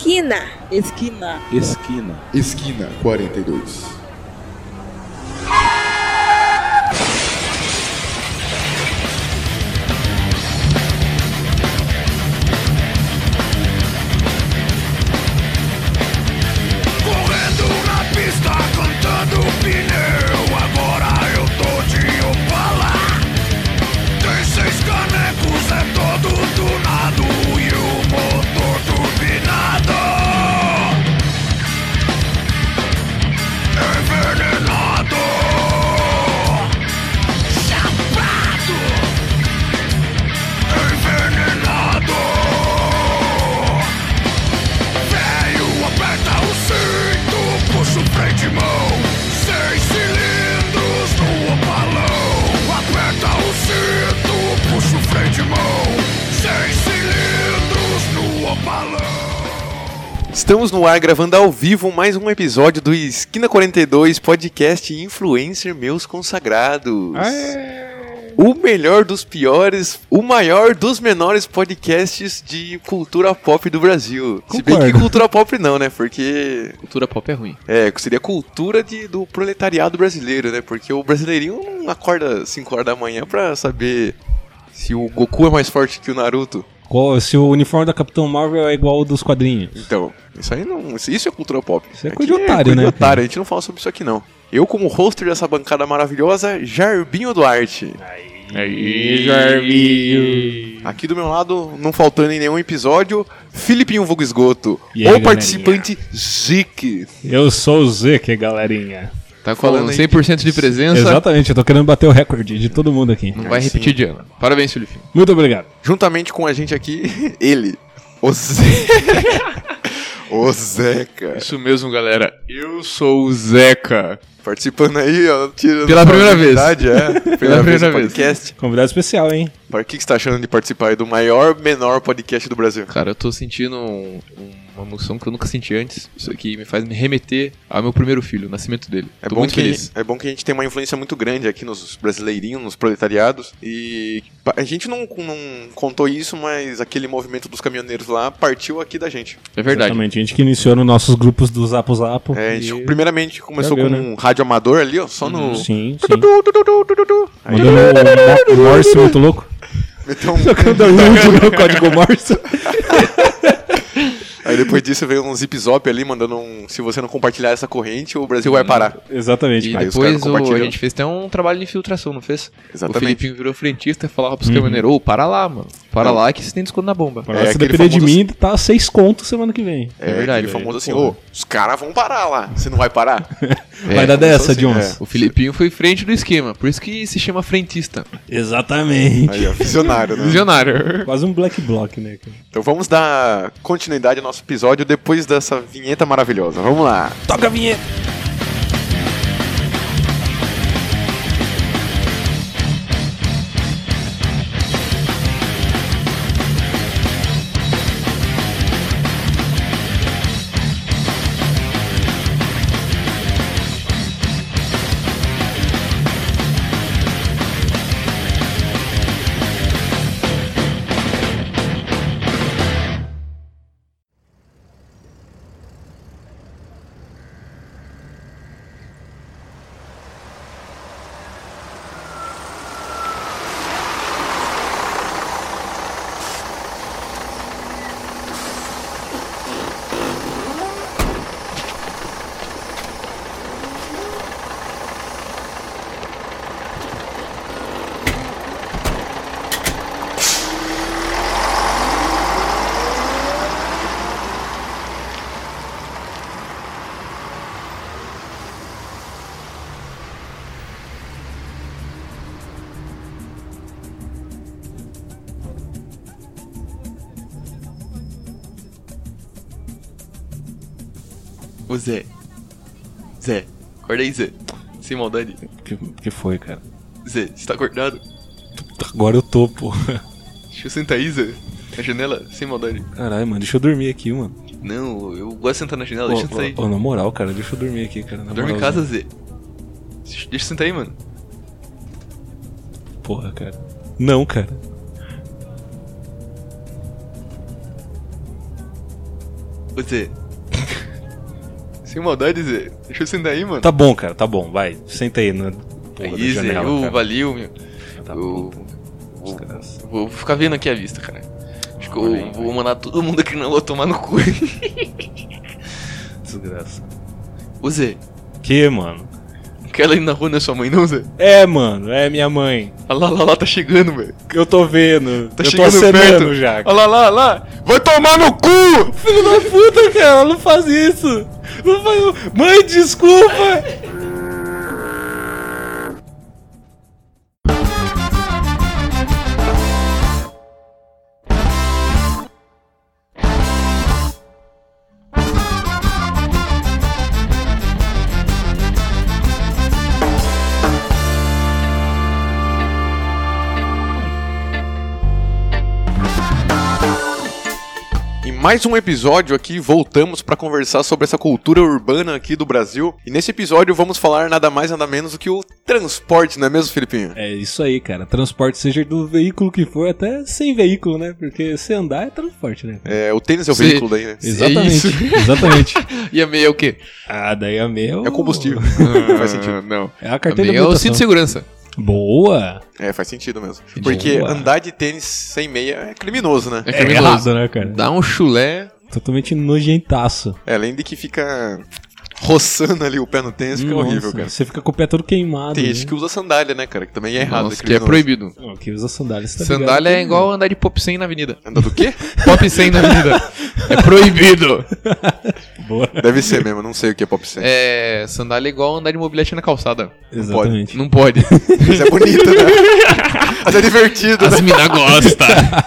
Esquina. Esquina. Esquina. Esquina 42. Correndo na pista, cantando pneu. Agora eu tô de Opala. Tem 6 canecos, é todo tunado e o motor turbinado. Envenenado, chapado, envenenado. Velho, aperta o cinto, puxa o freio de mão. 6 cilindros no opalão. Aperta o cinto, puxa o freio de mão. 6 cilindros no opalão. Estamos no ar gravando ao vivo mais um episódio do Esquina 42, podcast Influencer Meus Consagrados. O melhor dos piores, o maior dos menores podcasts de cultura pop do Brasil. Se bem que cultura pop não, né? Porque... Cultura pop é ruim. seria cultura do proletariado brasileiro, né? Porque o brasileirinho não acorda 5 horas da manhã pra saber se o Goku é mais forte que o Naruto. Se o uniforme da Capitão Marvel é igual ao dos quadrinhos. Então, isso aí não... Isso é cultura pop. Isso é coisa de otário, né? Otário, a gente não fala sobre isso aqui, não. Eu, como hoster dessa bancada maravilhosa, Jarbinho Duarte. Aí, Jarbinho. Aqui do meu lado, não faltando em nenhum episódio, Filipinho Vulgo Esgoto. E aí, O participante Zic. Eu sou o Zeke, galerinha. Tá com Falando aí 100% de presença. Exatamente, eu tô querendo bater o recorde de todo mundo aqui. Não vai repetir de ano. Parabéns, Felipe. Muito obrigado. Juntamente com a gente aqui, ele, o Zeca. Isso mesmo, galera. Eu sou o Zeca. Participando aí, ó. Pela primeira vez. Pela primeira vez no podcast. Convidado especial, hein? O que você tá achando de participar aí do menor podcast do Brasil? Cara, eu tô sentindo uma emoção que eu nunca senti antes. Isso aqui me faz me remeter ao meu primeiro filho, o nascimento dele. Tô muito feliz. É bom que a gente tem uma influência muito grande aqui nos brasileirinhos, nos proletariados. E a gente não contou isso, mas aquele movimento dos caminhoneiros lá partiu aqui da gente. É verdade. Exatamente, a gente que iniciou nos nossos grupos do Zapo Zapo. A gente, primeiramente começou Já com viu, um rádio amador ali, ó, só no... Sim, sim. Aí, Mandando um Morse muito louco. meteu um... Tocando o código Morse. Aí depois disso veio um zip-zop ali, mandando se você não compartilhar essa corrente, o Brasil vai parar. Exatamente. E Aí os depois caras compartilham. a gente fez até um trabalho de infiltração, não fez? Exatamente. O Felipinho virou frentista e falava pros caminhoneiros, para lá, mano. Para lá que você tem desconto na bomba. Agora, se aquele depender de famoso- mim, tá 6 contos semana que vem. É verdade, aquele famoso assim, Porra. os caras vão parar lá, você não vai parar? Vai dar dessa, assim, Jones. O Felipinho foi frente do esquema, por isso que se chama frentista. Exatamente. Aí, ó, visionário, né? Visionário. Quase um black block, né, cara? Então vamos dar continuidade ao nosso episódio depois dessa vinheta maravilhosa. Vamos lá. Toca a vinheta. Ô Zé. Zé, acorda aí, Zé. Sem maldade. Que foi, cara? Zé, você tá acordado? Agora eu tô, pô. Deixa eu sentar aí, Zé. Na janela, sem maldade. Caralho, mano, deixa eu dormir aqui, mano. Não, eu gosto de sentar na janela, deixa eu sentar aí. Ô, na moral, cara, deixa eu dormir aqui, cara. Dorme em casa, Zé. Deixa eu sentar aí, mano. Porra, cara. Não, cara. Ô Zé. Sem maldade, Zé. Deixa eu sentar aí, mano. Tá bom, cara, tá bom. Vai, senta aí na porra da Aí, Zé. janela, cara. Valeu, meu. Tá Eu- bom. Desgraça. Vou ficar vendo aqui a vista, cara. Acho que eu vou mandar todo mundo aqui na rua tomar no cu. Desgraça. Ô, Zé. Que, mano? Aquela aí na rua não é sua mãe, não, Zé? É, mano, é minha mãe. Olha lá, tá chegando, velho. Eu tô vendo. Tá eu tô chegando acenando perto. já. Olha lá. Vai tomar no cu! Filho da puta, cara, não faz isso. Não faz... Mãe, desculpa. Em mais um episódio aqui, voltamos para conversar sobre essa cultura urbana aqui do Brasil. E nesse episódio vamos falar nada mais nada menos do que o transporte, não é mesmo, Filipinho? É isso aí, cara. Transporte, seja do veículo que for, até sem veículo, né? Porque se andar é transporte, né? É, o tênis é o Sim. veículo daí, né? Exatamente, isso. exatamente. E a meia é o quê? Ah, daí a meia É o combustível. Faz sentido. Não. É a A carteira meia de é o habilitação. cinto de segurança. Boa! É, faz sentido mesmo. Porque Boa. andar de tênis sem meia é criminoso, né? É É criminoso. errado, né, cara? Dá um chulé. Totalmente nojentaço. É, além de que fica roçando ali o pé no tênis, fica horrível, Nossa, cara. Você fica com o pé todo queimado. Tem né? gente que usa sandália, né, cara? Que também é errado. Nossa, que é criminoso. proibido. Não, que usa sandálias, tá Sandália ligado? é igual andar de pop 100 na avenida. Anda do quê? Pop 100 na avenida. É proibido. Boa. Deve ser mesmo, não sei o que é pop 100. É, sandália é igual andar de mobilete na calçada. Exatamente. Não pode. Mas é bonito, né? Mas é divertido, né? As mina gostam.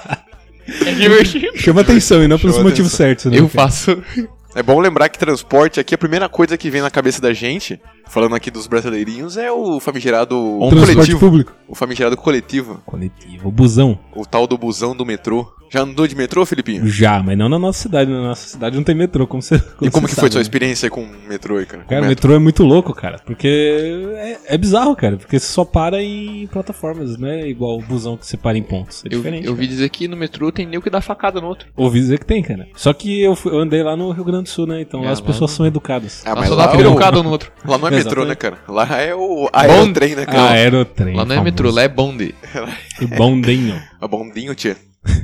É divertido. Chama atenção e não pelos Chama motivos atenção. certos, né? Eu cara? faço. É bom lembrar que transporte aqui, a primeira coisa que vem na cabeça da gente, falando aqui dos brasileirinhos, é o famigerado Transporte coletivo. público. O famigerado coletivo. Coletivo. Busão. O tal do busão do metrô. Já andou de metrô, Filipinho? Já, mas não na nossa cidade. Na nossa cidade não tem metrô, como você E como você que foi sabe, sua né? experiência com o metrô aí, cara? Com Cara, o o metrô é muito louco, cara. Porque é bizarro, cara. Porque você só para em plataformas, não é igual o busão que você para em pontos. É diferente. Eu vi dizer que no metrô tem nego que dá facada no outro. Ouvi dizer que tem, cara. Só que eu andei lá no Rio Grande do Sul, né? Então lá É, as lá pessoas são educadas. Ah, Lá mas só lá, dá pirocada no outro. lá não é metrô, Exatamente. né, cara? Lá é o aerotrem, né, cara? Aerotrem. Lá não é metrô, lá é bonde. é bondinho. É bondinho, tia.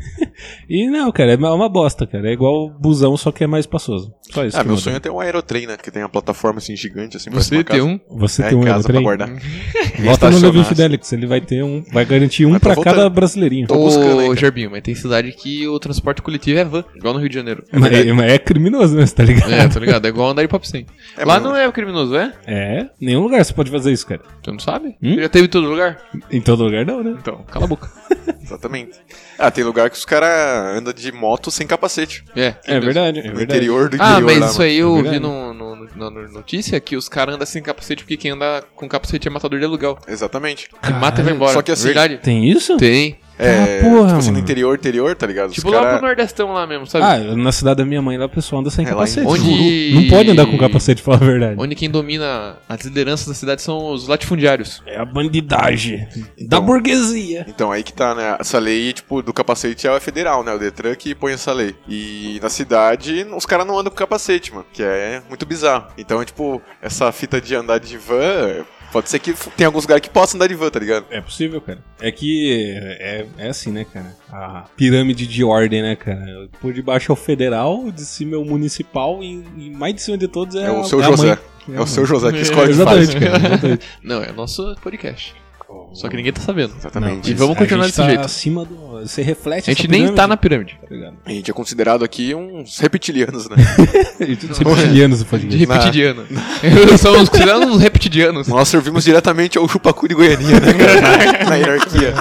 E não, cara, é uma bosta, cara. É igual busão, só que é mais espaçoso. Só isso. Ah, que meu muda. sonho é ter um aerotrem, né? Que tem uma plataforma assim gigante, assim, parece Você uma tem casa. um. Você É, tem em um casa pra aerotrem? guardar. Volta no Estacionar, Levi assim. Fidelix, ele vai ter um. Vai garantir um Mas tô pra voltando. cada brasileirinho. Tô buscando aí, Ô, cara. Gerbinho, mas tem cidade que o transporte coletivo é van, igual no Rio de Janeiro. Mas é criminoso, né? Você tá ligado? É, tô ligado, é igual andar de pop 100. É, Lá mano. não é criminoso, é? É, nenhum lugar você pode fazer isso, cara. Tu não sabe? Hum? Já teve em todo lugar? Em todo lugar não, né? Então, cala a boca. Exatamente. Ah, tem lugar que os caras andam de moto sem capacete. É verdade, é No verdade. interior do Ah, interior mas lá, isso mano. aí eu verdade. vi na notícia que os caras andam sem capacete porque quem anda com capacete é matador de aluguel. Exatamente. Que mata e vai embora. Só que assim- Verdade. Tem isso? Tem. É, porra, tipo assim, no mano. interior, tá ligado? Tipo os lá cara... pro Nordestão lá mesmo, sabe? Ah, na cidade da minha mãe lá o pessoal anda sem É, lá em capacete. Onde- Não pode andar com capacete, pra falar a verdade. Onde quem domina as lideranças da cidade são os latifundiários. É a bandidagem da Então- burguesia. Então, aí que tá, né? Essa lei, tipo, do capacete é federal, né? O Detran que põe essa lei. E na cidade, os caras não andam com capacete, mano. Que é muito bizarro. Então, tipo, essa fita de andar de van... Pode ser que tem alguns lugares que possam andar de van, tá ligado? É possível, cara. É que é assim, né, cara? A pirâmide de ordem, né, cara? Por de baixo é o federal, de cima é o municipal e mais de cima de todos é, É o a- seu é a José. mãe. É o seu José que escolhe o que Exatamente, faz. cara. Exatamente. Não, é o nosso podcast. Só que ninguém tá sabendo. Exatamente. E vamos A continuar gente desse tá jeito. acima do... Você reflete A gente essa nem pirâmide, tá na pirâmide. tá ligado? A gente é considerado aqui uns reptilianos, né? E tudo reptilianos, pode De dizer. repetidiano. Somos considerados uns repetidianos. Nós servimos diretamente ao chupacu de Goianinha, né, cara? Na hierarquia.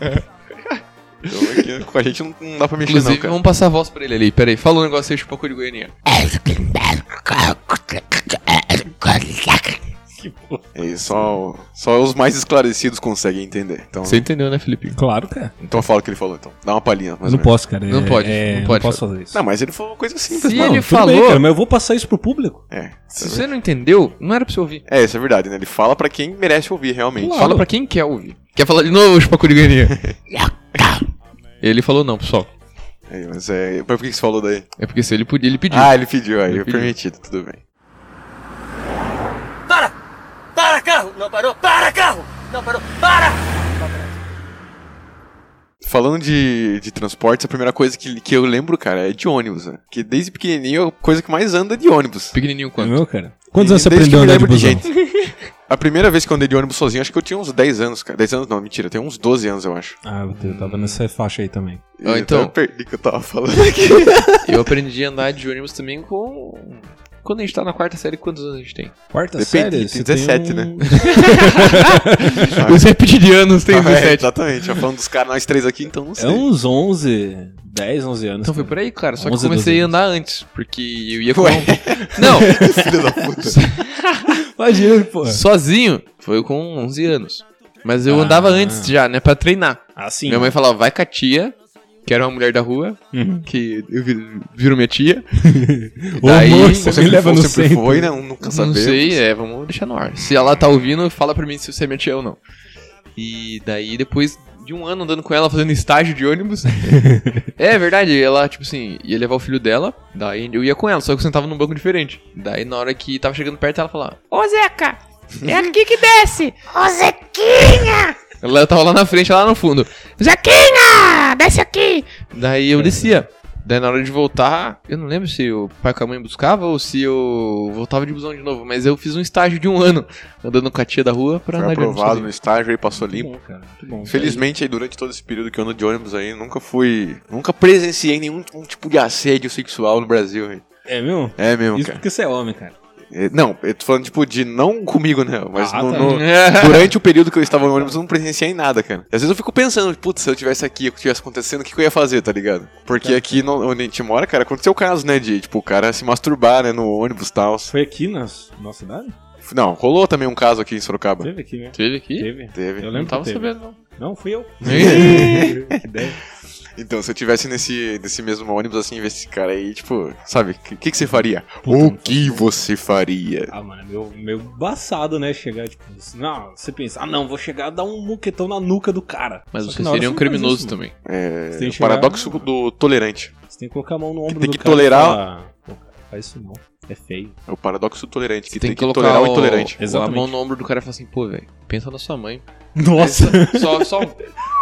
Então aqui com a gente não dá pra mexer Inclusive, não, cara. vamos passar a voz pra ele ali. Pera aí, fala um negócio aí, chupacu de Goianinha. E só os mais esclarecidos conseguem entender. Então, Você entendeu, né, Felipe? Claro, cara. então fala o que ele falou, então. Dá uma palhinha. mais Não ou menos. posso, cara. Não pode, não não pode. posso fazer isso. Não, mas ele falou uma coisa simples, Se mano. ele Tudo bem, falou- cara, mas eu vou passar isso pro público. É, Se você não entendeu, não era pra você ouvir. isso é verdade, né? Ele fala pra quem merece ouvir, realmente. Claro. Fala pra quem quer ouvir. Quer falar de novo, chupacu de Goianinha? Ele falou não, pessoal. Aí, mas por que você falou daí? É porque se ele podia, ele pediu. Ah, ele pediu, aí Ele eu pediu. permitido, tudo bem. Para, carro! Não parou! Para, carro! Não parou! Para! Falando de transportes, a primeira coisa que eu lembro, cara, é de ônibus, né? Que desde pequenininho a coisa que mais anda é de ônibus. Pequenininho É quanto? meu, cara? Quantos anos você Desde que aprendeu a eu andar me de lembro busão? gente. A primeira vez que eu andei de ônibus sozinho, acho que eu tinha uns 10 anos, cara. 10 anos não, mentira, eu tenho uns 12 anos, eu acho. Ah, eu tava nessa faixa aí também. Ah, então. Eu perdi o que eu tava falando aqui. Eu aprendi a andar de ônibus também com... Quando a gente tá na quarta série, quantos anos a gente tem? Quarta Depende, série? tem você 17, tem né? Os reptilianos têm 17. Exatamente, já falando dos caras, nós três aqui, então não sei. É uns 11, 10, 11 anos. Então foi cara. por aí, cara. Só que eu 11, comecei a 12 andar antes. Porque eu ia com... Não, Filho da puta. Imagina, pô. sozinho foi com 11 anos. Mas eu andava antes já, né? Pra treinar. Ah, sim. Minha mãe falava, vai com a tia, que era uma mulher da rua, Uhum. que eu viro minha tia. Ô, Daí, amor, você você me leva no sempre centro. foi, né? Nunca Não sabemos. sei, vamos deixar no ar. Se ela tá ouvindo, fala pra mim se você é minha tia ou não. E daí, depois de um ano andando com ela, fazendo estágio de ônibus. É verdade, ela, tipo assim, ia levar o filho dela, daí eu ia com ela, só que eu sentava num banco diferente. Daí, na hora que tava chegando perto, ela falava, ô Zeca, é aqui que desce. Ô, Zequinha! Ela tava lá na frente, lá no fundo. Zequinha! Desce aqui! Daí eu descia. Daí na hora de voltar, eu não lembro se o pai com a mãe buscava ou se eu voltava de busão de novo, mas eu fiz um estágio de um ano andando com a tia da rua pra Foi andar de ônibus aprovado no sozinho. estágio aí, passou Muito limpo. bom, cara. Muito bom. Felizmente aí, durante todo esse período que eu ando de ônibus aí, nunca presenciei nenhum tipo de assédio sexual no Brasil, velho. É mesmo? É mesmo, Isso cara. porque você é homem, cara. Não, eu tô falando, tipo, de não comigo, né? Mas Ah, no- tá. no- durante o período que eu estava no ônibus, eu não presenciei nada, cara. Às vezes eu fico pensando, putz, se eu tivesse aqui, o que tivesse acontecendo, o que eu ia fazer, tá ligado? Porque aqui onde a gente mora, cara, aconteceu o caso, né? De, tipo, o cara se masturbar, né? No ônibus e tal. Foi aqui na nossa cidade? Não, rolou também um caso aqui em Sorocaba. Teve aqui, né? Teve aqui? Teve. Teve. Eu Não lembro tava que teve. sabendo, não. Não, fui eu. É. Que ideia. Então, se eu tivesse nesse mesmo ônibus, assim, ver esse cara aí, tipo, sabe, o que você faria? Puta, O não que você faria? Ah, mano, meio embaçado, né? Chegar, tipo, não, você pensa, não, vou chegar e dar um muquetão na nuca do cara. Mas Só que você na hora seria um não faz criminoso isso, mano. também. Você tem O que chegar- paradoxo do tolerante. Você tem que colocar a mão no ombro tem do que cara e tolerar- falar, pô, cara, faz isso não. É feio. É o paradoxo do tolerante, que Você tem tem que que colocar tolerar o intolerante. a Exatamente. mão no ombro do cara e falar assim, pô, velho, pensa na sua mãe. Nossa! Só um...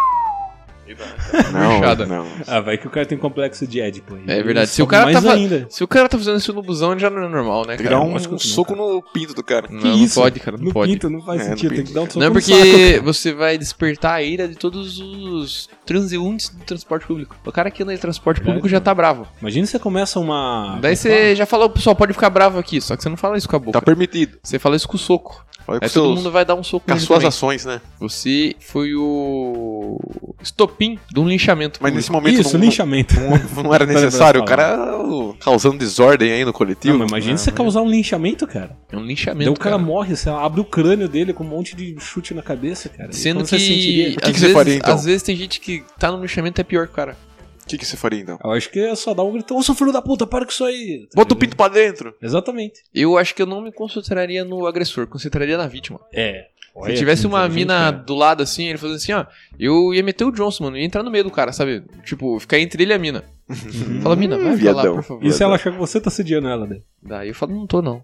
Não, Puxada. não. Ah, vai que o cara tem complexo de Édipo. aí. É verdade. Ele Se o sobe cara mais tá ainda. Se o cara tá fazendo isso no busão, já não é normal, né, Tem que cara? dar um lógico que não, soco cara. no pinto do cara. Não, não pode, cara, não no pode. Pinto, não faz É, no sentido, tem pinto. que dar um soco Não é no porque saco, cara. você vai despertar a ira de todos os transeuntes do transporte público. O cara que anda em transporte Verdade, público já tá bravo. Imagina você começa uma... Daí você já falou, pessoal, pode ficar bravo aqui. Só que você não fala isso com a boca. Tá permitido. Você fala isso com o soco. Fala com, Aí todo seus, mundo vai dar um soco com as nele suas também. ações, né? Você foi o estopim de um linchamento Mas público. nesse momento Isso, não, linchamento. não era necessário. O falar. cara causando desordem aí no coletivo. Não, mas imagina você causar um linchamento, cara. É um Daí linchamento, o cara morre, você abre o crânio dele com um monte de chute na cabeça, cara. E Sendo como você sentiria? que, O que às você vezes, faria, então? às vezes tem gente que tá no linchamento é pior que o cara. O que você faria então? Eu acho que é só dar um grito, ô seu filho da puta, para com isso aí. Bota o pinto pra dentro. Exatamente. Eu acho que eu não me concentraria no agressor, concentraria na vítima. É. Se tivesse uma mina do lado assim, ele fazendo assim, ó, eu ia meter o Johnson, mano, ia entrar no meio do cara, sabe? Tipo, ficar entre ele e a mina. Fala, mina, vai pra lá, viadão. por favor. E se ela achar que você tá sediando ela, né? Daí eu falo, não tô não.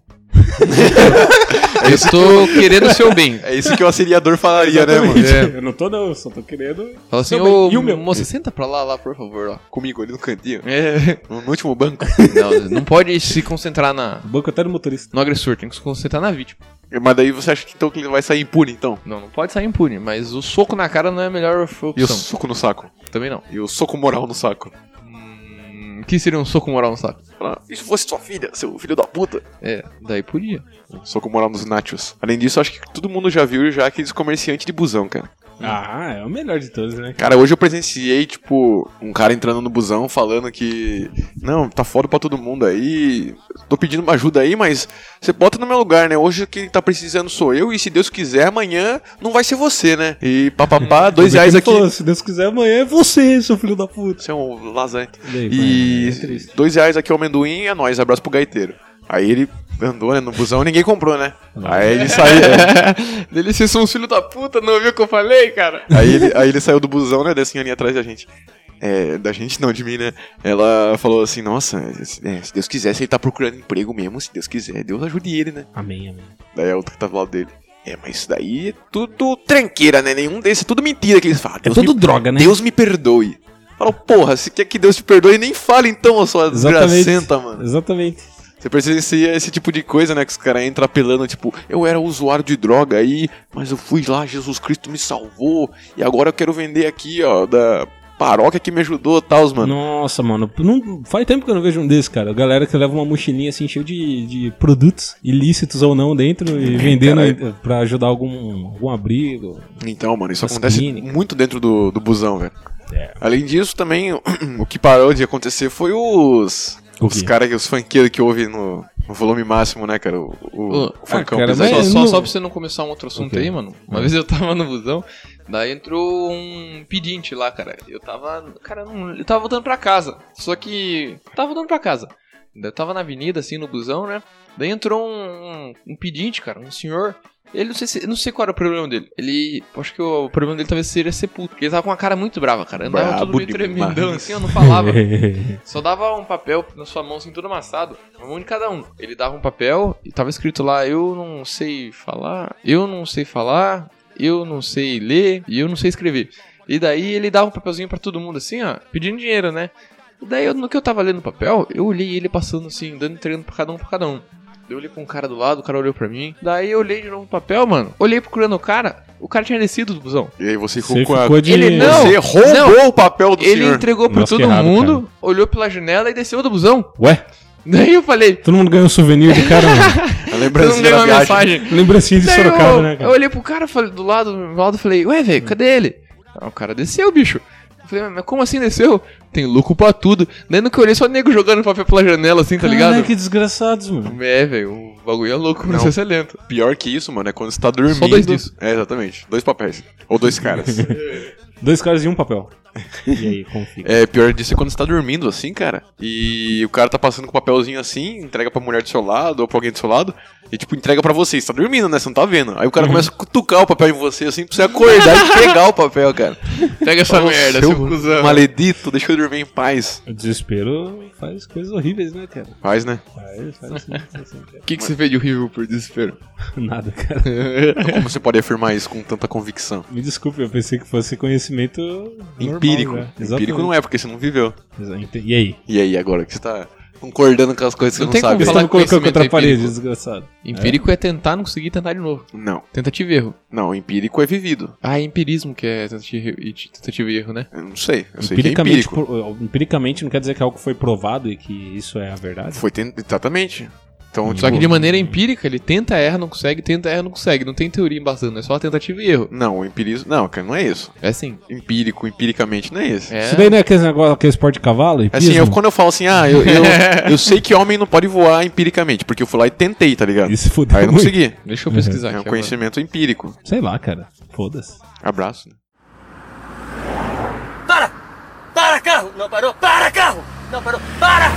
Eu tô querendo o seu bem. É isso que o assediador falaria, né, mano? Exatamente. Eu não tô não, eu só tô querendo... Fala assim, Seu bem. ô, E o meu? moça, senta pra lá, por favor, lá. Comigo ali no cantinho. É. No último banco. Não, não pode se concentrar O banco até do motorista. no agressor, tem que se concentrar na vítima. Mas daí você acha que então que ele vai sair impune, então? Não, não pode sair impune, mas o soco na cara não é a melhor opção. E o soco no saco? Também não. E o soco moral no saco? O que seria um soco moral no saco? E se fosse sua filha, seu filho da puta? É, daí podia. Soco moral nos nachos. Além disso, acho que todo mundo já viu já aqueles comerciantes de busão, cara. Ah, é o melhor de todos, né? Cara, hoje eu presenciei, tipo, um cara entrando no busão falando que... Não, tá foda pra todo mundo aí, tô pedindo uma ajuda aí, mas você bota no meu lugar, né? Hoje quem tá precisando sou eu e se Deus quiser, amanhã não vai ser você, né? E papapá, R$2 Ele aqui. falou, se Deus quiser, amanhã é você, seu filho da puta. Você é um lasanha. E E é triste. R$2 aqui o amendoim, é nóis, abraço pro gaiteiro. Aí ele andou, né, no busão e ninguém comprou, né? Aí ele saiu. Dele, vocês são uns filhos da puta, não ouviu o que eu falei, cara? Aí ele saiu do busão, né? Da senhorinha atrás da gente. Da gente não, de mim, né? Ela falou assim, nossa, se Deus quiser, se ele tá procurando emprego mesmo, se Deus quiser, Deus ajude ele, né? Amém, amém. Daí a outra que tava do lado dele. Mas isso daí é tudo tranqueira, né? Nenhum desses, é tudo mentira que eles falam. É tudo droga, né? Deus me perdoe. Fala, porra, se quer que Deus te perdoe, nem fala então, sua desgracenta, mano. Exatamente. Você presencia esse tipo de coisa, né? Que os caras entram apelando, tipo, eu era usuário de droga aí, mas eu fui lá, Jesus Cristo me salvou, e agora eu quero vender aqui, ó, da paróquia que me ajudou e tal, mano. Nossa, mano, não, faz tempo que eu não vejo um desses, cara. Galera que leva uma mochilinha assim, cheia de produtos, ilícitos ou não, dentro e vendendo pra ajudar algum abrigo. Então, mano, isso As acontece clínicas. muito dentro do busão, velho. Além disso, também, o que parou de acontecer foi os caras, os funkeiros que ouvem no volume máximo, né, cara? O funkão cara, pesado. mas- Só pra você não começar um outro assunto Ok. aí, mano. Uma vez eu tava no busão, daí entrou um pedinte lá, cara. Eu tava voltando pra casa. Só que. Tava voltando pra casa. Daí eu tava na avenida, assim, no busão, né? Daí entrou um pedinte, cara, um senhor. Ele, não sei qual era o problema dele. Acho que o problema dele talvez seria ser puto. Porque ele tava com uma cara muito brava, cara. Andava Brabo todo meio demais. tremendão, assim, eu não falava. Só dava um papel na sua mão, assim, todo amassado. Uma mão de cada um. Ele dava um papel e tava escrito lá, eu não sei falar, eu não sei falar, eu não sei ler e eu não sei escrever. E daí ele dava um papelzinho pra todo mundo, assim, ó, pedindo dinheiro, né? E daí, no que eu tava lendo o papel, eu olhei ele passando assim, entregando pra cada um. Eu olhei pra um cara do lado, o cara olhou pra mim. Daí eu olhei de novo no papel, mano. Olhei procurando o cara tinha descido do busão. E aí você Você ficou ficou de... Ele não- Você roubou o papel do Ele senhor. entregou pra Nossa, que todo errado, mundo, olhou pela janela e desceu do busão. Ué? Daí eu falei, Todo mundo ganhou um souvenir do cara, mano. A você não lembrancinha ganhou da uma viagem. mensagem. Lembrancinha de Daí Sorocaba, né, eu cara? olhei pro cara, falei, do lado e falei, ué, velho, cadê ele? O cara desceu, bicho. Eu falei, mas como assim desceu? Tem louco pra tudo. Daí no que eu olhei, só nego jogando papel pela janela, assim, tá ligado? Caralho, que desgraçados, mano. Velho, o bagulho é louco, Não. processo é lento. Pior que isso, mano, é quando você tá dormindo. Só dois disso. Exatamente. 2 papéis. Ou 2 caras. 2 caras e um papel. E aí, como fica? Pior disso é quando você tá dormindo assim, cara. E o cara tá passando com o papelzinho assim, entrega pra mulher do seu lado ou pra alguém do seu lado. E tipo, entrega pra você. Você tá dormindo, né? Você não tá vendo. Aí o cara começa a cutucar o papel em você assim pra você acordar e pegar o papel, cara. Pega essa merda, seu cuzão. Maledito, deixa eu dormir em paz. O desespero faz coisas horríveis, né, cara? Faz, né? Faz sim, cara. O que você fez de horrível por desespero? Nada, cara. Como você pode afirmar isso com tanta convicção? Me desculpe, eu pensei que fosse conhecimento normal, Empírico. já. Empírico Exatamente. não é, porque você não viveu. E aí? E aí, agora que você tá concordando com as coisas que Não você tem não sabe? como Você falar tá me colocando conhecimento contra a parede, empírico. desgraçado. Empírico é tentar não conseguir tentar de novo. Não, Tentativa e erro. não, empírico é vivido. Ah, é empirismo que é tentativa e erro, né? Eu não sei, eu sei que é Empiricamente, empírico. empiricamente não quer dizer que algo foi provado e que isso é a verdade. Exatamente. Então, Só que de maneira empírica, ele tenta, erra, não consegue, tenta, erra, não consegue. Não tem teoria embasando, é só tentativa e erro. Não, o empirismo... Não, cara, não é isso. É assim. Empiricamente não é isso. É. Isso daí não é aquele negócio, aquele esporte de cavalo? Assim, hipismo? quando eu falo assim, eu sei que homem não pode voar empiricamente, porque eu fui lá e tentei, tá ligado? Isso fudeu Aí eu não muito. consegui. Deixa eu pesquisar É um aqui conhecimento empírico. Sei lá, cara. Foda-se. Abraço, né? Para! Para, carro! Não parou! Para, carro! Não parou! Para!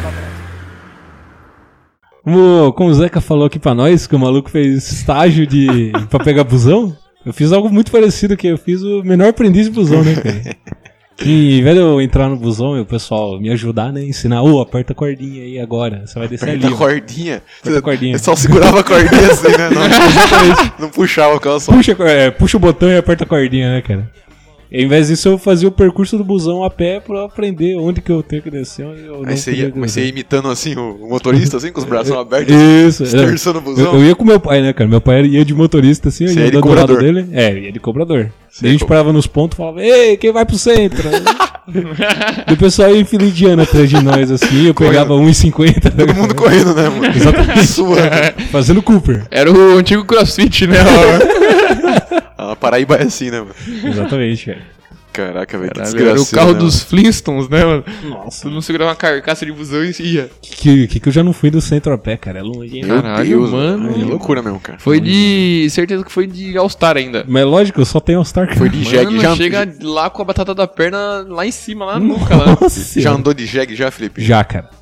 Como o Zeca falou aqui pra nós, que o maluco fez estágio pra pegar busão, eu fiz algo muito parecido, que eu fiz o menor aprendiz de busão, né, cara? E em vez de eu entrar no busão e o pessoal me ajudar, né, ensinar, aperta a cordinha aí agora, você vai descer Aperta ali. a ó. cordinha. Aperta a cordinha. Eu só segurava a cordinha assim, né? Não puxava aquela só. Puxa o botão e aperta a cordinha, né, cara? E, ao invés disso, eu fazia o percurso do busão a pé pra aprender onde que eu tenho que descer, onde eu não Aí você tenho ia, que mas você descer. ia imitando assim o motorista, assim, com os braços abertos, Isso, esterçando o busão. eu ia com meu pai, né, cara? Meu pai ia de motorista, assim, eu Você ia ia de andando do lado cobrador. dele. Ia de cobrador. Você Daí a gente ia parava nos pontos e falava, ei, quem vai pro centro? E o pessoal ia em fila indiana atrás de nós, assim, eu pegava 1,50. Todo mundo correndo, né, mano? Exatamente. Suando. Fazendo Cooper. Era o antigo CrossFit, né? A Paraíba é assim, né, mano? Exatamente, cara. Caraca, velho, que Era desgraça. o carro dos Flintstones, né, mano? Nossa. Todo mundo segurava uma carcaça de busão e ia. Que eu já não fui do centro a pé, cara? É longe, hein? Meu Caralho, Deus, mano. Que loucura mesmo, cara. Foi de... Certeza que foi de All-Star ainda. Mas lógico, eu só tenho All-Star, cara. Foi de jegue. Mano, Já, chega lá com a batata da perna lá em cima, lá na nuca, lá. Nossa já andou de jegue já, Felipe? Já, cara.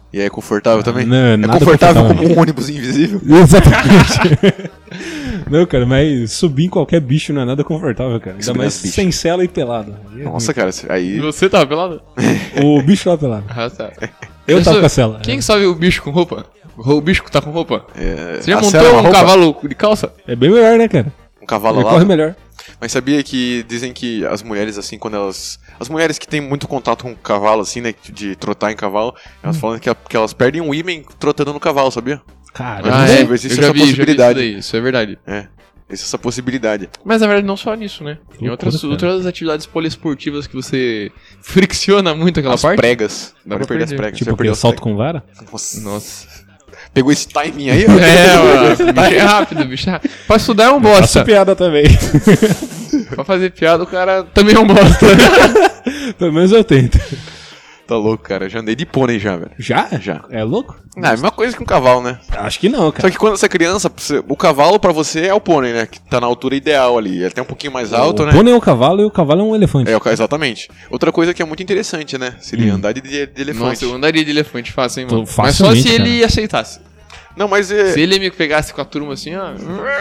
E aí é confortável também? Não, é nada confortável confortável. como um ônibus invisível? Exatamente. Não, cara, mas subir em qualquer bicho não é nada confortável, cara. Ainda Subir mais nas bichas. sem cela e pelado. Aí é Nossa, cara, E aí... você tava pelado? ruim. O bicho tava pelado. Ah, tá. Eu tava com a cela. Quem que sobe o bicho com roupa? O bicho que tá com roupa? Você já a montou cela é uma um roupa? cavalo de calça? É bem melhor, né, cara? Um cavalo Ele lá. corre melhor. Mas sabia que dizem que as mulheres, assim, quando elas... As mulheres que têm muito contato com o cavalo, assim, né, de trotar em cavalo, elas falam que elas perdem o ímã trotando no cavalo, sabia? Caramba. é? Eu Existe já essa vi possibilidade. isso daí, isso é verdade. Existe essa possibilidade. Mas na verdade não só nisso, né? Tem loucura, cara. outras atividades poliesportivas que você fricciona muito aquela As parte. pregas. Dá Pode pra perder as perder. pregas. Tipo Você vai perder aquele as salto pregas. com vara? Nossa. Nossa. Pegou esse timing aí, ó. Mano, o bicho é rápido, bicho é rápido. Pra estudar é um Faço bosta. piada também. Pra fazer piada o cara também é um bosta. Pelo menos eu tento. Tá louco, cara. Já andei de pônei já, velho. Já? Já. É louco? Não, é a mesma coisa que um cavalo, né? Acho que não, cara. Só que quando você é criança, o cavalo pra você é o pônei, né? Que tá na altura ideal ali. Ele tem um pouquinho mais alto, O né? pônei é um cavalo e o cavalo é um elefante. Exatamente. Outra coisa que é muito interessante, né? Seria andar de elefante. Nossa, eu andaria de elefante fácil, hein, mano. Tô Mas só facilmente, se cara. ele aceitasse. Não, mas Se ele me pegasse com a turma assim, ó.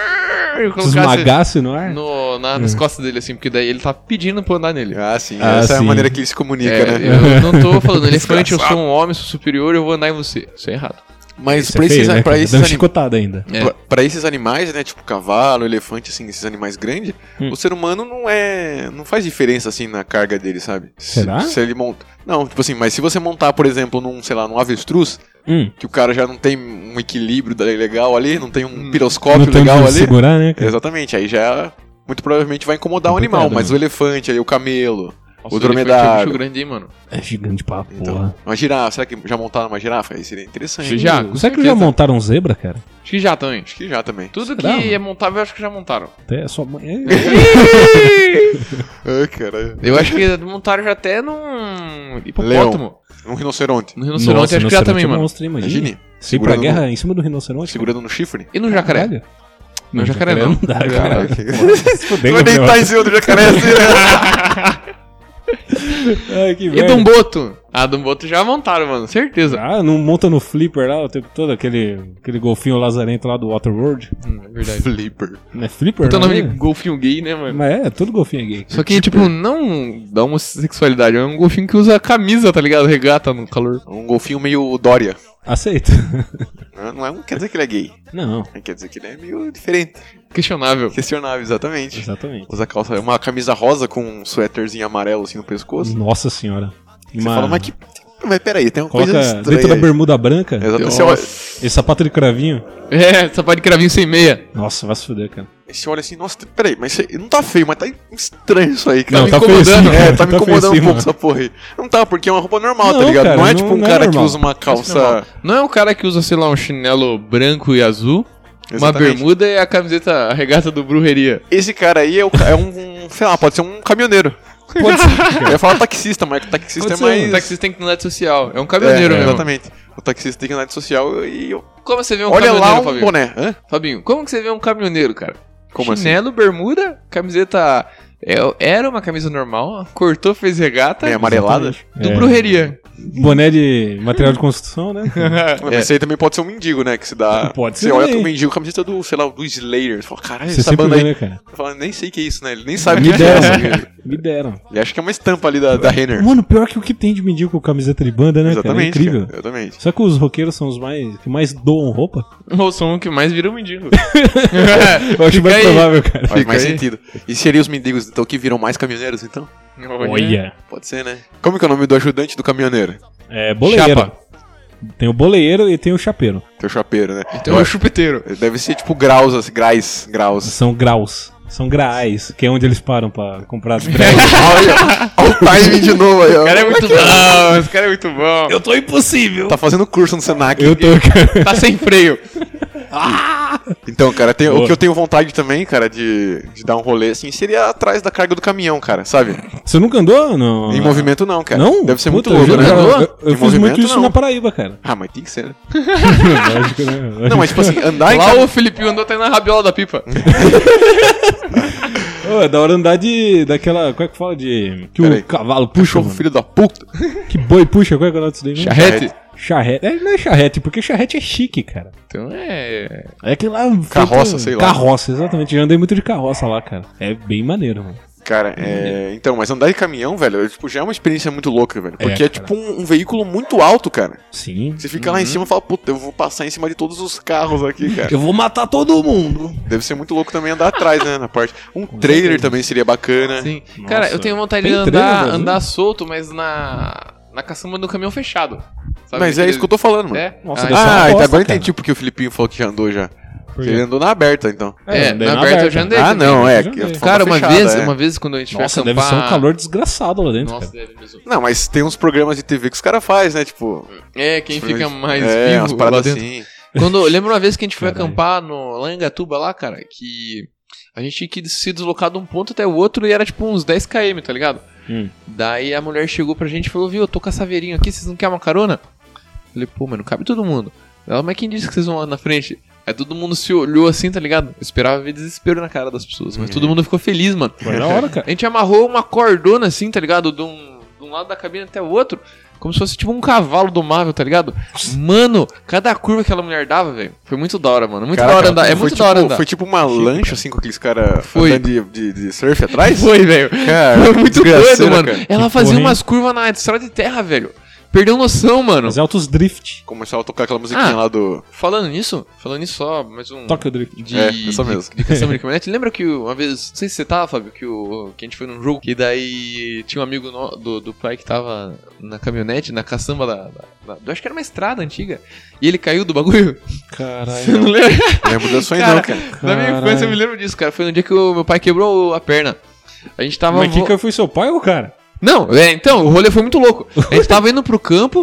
E Se colocasse esmagasse no ar. nas costas dele, assim, porque daí ele tá pedindo pra eu andar nele. Ah, sim. Ah, essa é a sim. maneira que ele se comunica, É, né? eu não tô falando, elefante, eu sou um homem, sou superior, eu vou andar em você. Isso é errado. Mas Isso pra é feio, esses, né, pra cara? esses Dá uma anim- chicotada ainda. É. pra esses animais, né? Tipo cavalo, elefante, assim, esses animais grandes, o ser humano não faz diferença, assim, na carga dele, sabe? Será? Se ele monta... Não, tipo assim, mas se você montar, por exemplo, num avestruz, que o cara já não tem um equilíbrio legal ali, não tem um piroscópio Não tem legal onde ali. segurar, né, cara? Exatamente, aí já muito provavelmente vai incomodar o Complicado, animal, mas né? o elefante, aí o camelo, Nossa, o elefante é dromedário. bicho grande, hein, mano. É gigante pra Então, porra. uma girafa, será que já montaram uma girafa? Aí seria interessante. Já, com Será que já certeza. montaram um zebra, cara? Acho que já também. Acho que já também. Tudo Será, que mano? é montável, eu acho que já montaram. Até sua mãe. Ai, caralho. Eu acho que montaram já até num hipopótamo. Um rinoceronte. No rinoceronte, acho que já também, mano. Monstro, imagina. Imagine. Ir pra Segurando guerra em cima do rinoceronte. Segurando no chifre. E no jacaré? Caralho. No jacaré não. dá, Caralho. cara. Tu Fudeu, vai Gabriel. deitar em cima do jacaré assim, né? Ai, que E merda. Dumboto? Ah, Dumboto já montaram, mano. Certeza. Ah, não monta no flipper lá o tempo todo, aquele golfinho lazarento lá do Waterworld. É verdade. Flipper. Não é flipper? Puta não, nome né? de golfinho gay, né, mano? Mas é, todo golfinho é gay. Só que, tipo, não da homossexualidade. É um golfinho que usa camisa, tá ligado? Regata no calor. Um golfinho meio Dória. Aceita. Não quer dizer que ele é gay. Não, Quer dizer que ele é meio diferente. Questionável. Questionável, exatamente. exatamente. Usa calça, uma camisa rosa com um suéterzinho amarelo assim no pescoço. Nossa senhora. Você fala, mas que... Mas peraí, tem uma Coloca coisa estranha dentro da aí. bermuda branca, Exatamente. Você olha, esse sapato de cravinho. É, sapato de cravinho sem meia. Nossa, vai se fuder, cara. você olha assim, nossa, peraí, mas não tá feio, mas tá estranho isso aí, cara. Não, Tá tá feio incomodando. sim, É, mano. tá me Tá incomodando feio um sim, pouco mano. essa porra aí. Não tá, porque é uma roupa normal, tá Não, ligado? cara, não é não- tipo um não é cara que normal. usa uma calça... Não é um cara que usa, sei lá, um chinelo branco e azul, uma Exatamente. bermuda e a camiseta, a regata do Brujeria. Esse cara aí é um, sei lá, pode ser um caminhoneiro. Pode ser. Eu ia falar taxista, mas taxista Pode é ser, mais... O taxista tem que andar de social. É um caminhoneiro mesmo. Exatamente. O taxista tem que andar de social e... Como você vê um Olha caminhoneiro, lá um Fabinho? boné. Hã? Fabinho, como que você vê um caminhoneiro, cara? Como Chinelo, bermuda, camiseta... era uma camisa normal, cortou, fez regata. Meio amarelada? Do É. Brujeria. Boné de material de construção, né? Mas esse aí também pode ser um mendigo, né? Que se dá... Pode Você ser olha também. pro mendigo, camiseta do, sei lá, do Slayer. Você fala, caralho, Você essa sempre banda vê, aí... né, cara? Eu falo, nem sei o que é isso, né? Ele nem sabe o Me que é deram, essa. me deram. Ele acha que é uma estampa ali da Renner. Mano, pior que o que tem de mendigo com camiseta de banda, né, cara? É Exatamente, incrível. cara, exatamente. Só que os roqueiros são os que mais doam roupa? Ou são o que mais vira um mendigo. Eu acho Fica mais aí. provável, cara. Faz mais aí. sentido. E seriam os mendigos, então, que viram mais caminhoneiros, então? Olha. Pode ser, né? Como que é o nome do ajudante do caminhoneiro? É boleiro. Chapa. Tem o boleiro e tem o chapeiro. Teu chapeiro, né? Então é o chupeteiro. Deve ser tipo graus, assim, graus. São graus. São graais, que é onde eles param pra comprar as graus. Olha o timing de novo aí, ó. O cara é muito bom, esse cara é muito bom. Eu tô impossível. Tá fazendo curso no Senac. Eu tô, cara. Tá sem freio. Então, cara, o Boa. que eu tenho vontade também, cara, de dar um rolê, assim, seria atrás da carga do caminhão, cara, sabe? Você nunca andou? No... Em movimento não, cara. Não? Deve ser Puta, muito louco, eu né? já- Andou? Eu Em fiz movimento, muito isso não. na Paraíba, cara. Ah, mas tem que ser, né? Lógico, né? Não, mas tipo assim, andar em Lá caminhão... o Felipinho andou até na rabiola da pipa. Ô, é da hora andar daquela... Como é que fala de... Que Pera aí. o cavalo puxa, Cachorro mano. filho da puta. Que boi puxa, qual é que é o nome disso daí? mesmo? Charrete. Charrete. Não é charrete, porque charrete é chique, cara. Então é... É aquele lá... Carroça, sei lá. Carroça, exatamente. Já andei muito de carroça lá, cara. É bem maneiro, mano. Cara, então, mas andar de caminhão, velho, tipo, já é uma experiência muito louca, velho. Porque é cara. tipo um veículo muito alto, cara. Sim. Você fica lá em cima e fala, puta, eu vou passar em cima de todos os carros aqui, cara. Eu vou matar todo mundo. Deve ser muito louco também andar atrás, né, na parte. Um trailer também seria bacana. Sim. Nossa. Cara, eu tenho vontade de Tem trailer no Brasil? andar solto, mas na caçamba do caminhão fechado. Sabe? Mas é isso que eu tô falando, mano. É? Nossa, Ah, deve ser uma Então bosta, agora eu cara. entendi porque o Filipinho falou que já andou já. Por Ele quê? andou na aberta, então. Andei na aberta eu já andei. Ah, também. não, eu já andei. eu tô Cara, falando uma fechada, vez quando a gente foi Nossa, acampar... deve ser um calor desgraçado lá dentro, Nossa, cara. deve mesmo. Não, mas tem uns programas de TV que os caras fazem, né? Tipo. É, quem fica mais umas vivo lá paradas dentro. assim. Quando, lembra uma vez que a gente foi Caralho. acampar lá em Gatuba, lá, cara, que a gente tinha que se deslocar de um ponto até o outro e era tipo uns 10 km, tá ligado? Daí a mulher chegou pra gente e falou, viu, eu tô com a saveirinho aqui, vocês não querem uma carona? Eu falei, pô, mano, cabe todo mundo. Ela, mas quem disse que vocês vão lá na frente? Aí todo mundo se olhou assim, tá ligado? Eu esperava ver desespero na cara das pessoas, mas todo mundo ficou feliz, mano. Foi da hora, cara. A gente amarrou uma cordona assim, tá ligado? De um lado da cabine até o outro, como se fosse tipo um cavalo domável, tá ligado? Mano, cada curva que aquela mulher dava, velho, foi muito da hora, mano. Muito Caraca, da hora andar. É foi muito tipo, da hora andar. Foi tipo uma lancha, assim, com aqueles caras Foi. andando de surf atrás? Foi, velho. Cara, Foi muito doido, desgraceira, mano. cara. Ela Que fazia porra, hein? umas curvas na estrada de terra, velho. Perdeu noção, mano. Mas é altos drift. Começava a tocar aquela musiquinha lá do. Falando nisso só, mais um... Toca o drift. De, essa mesmo. de caçamba de caminhonete. Lembra que uma vez, não sei se você tava, Fábio, que a gente foi num jogo, que daí tinha um amigo do pai que tava na caminhonete, na caçamba eu acho que era uma estrada antiga, e ele caiu do bagulho. Você Caralho. não lembra? Lembro da sua Cara, não, cara. Na minha Caralho. infância eu me lembro disso, cara. Foi no dia que o meu pai quebrou a perna. A gente tava... Mas que foi seu pai ou cara? Não, então, o rolê foi muito louco. A gente tava indo pro campo,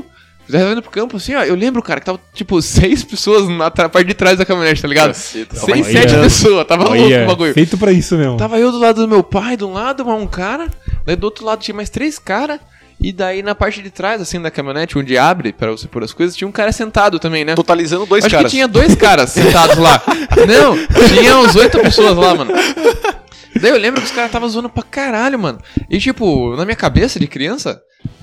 assim, ó, eu lembro, cara, que tava, tipo, 6 pessoas na parte de trás da caminhonete, tá ligado? Caceta. 6, Olha. 7 pessoas, tava louco Olha, o bagulho. feito pra isso mesmo. Tava eu do lado do meu pai, de um lado, um cara, daí do outro lado tinha mais 3 caras, e daí na parte de trás, assim, da caminhonete, onde abre pra você pôr as coisas, tinha um cara sentado também, né? Totalizando dois Acho caras. que tinha 2 caras sentados lá. Não, tinha uns 8 pessoas lá, mano. Daí eu lembro que os caras estavam zoando pra caralho, mano. E tipo, na minha cabeça de criança,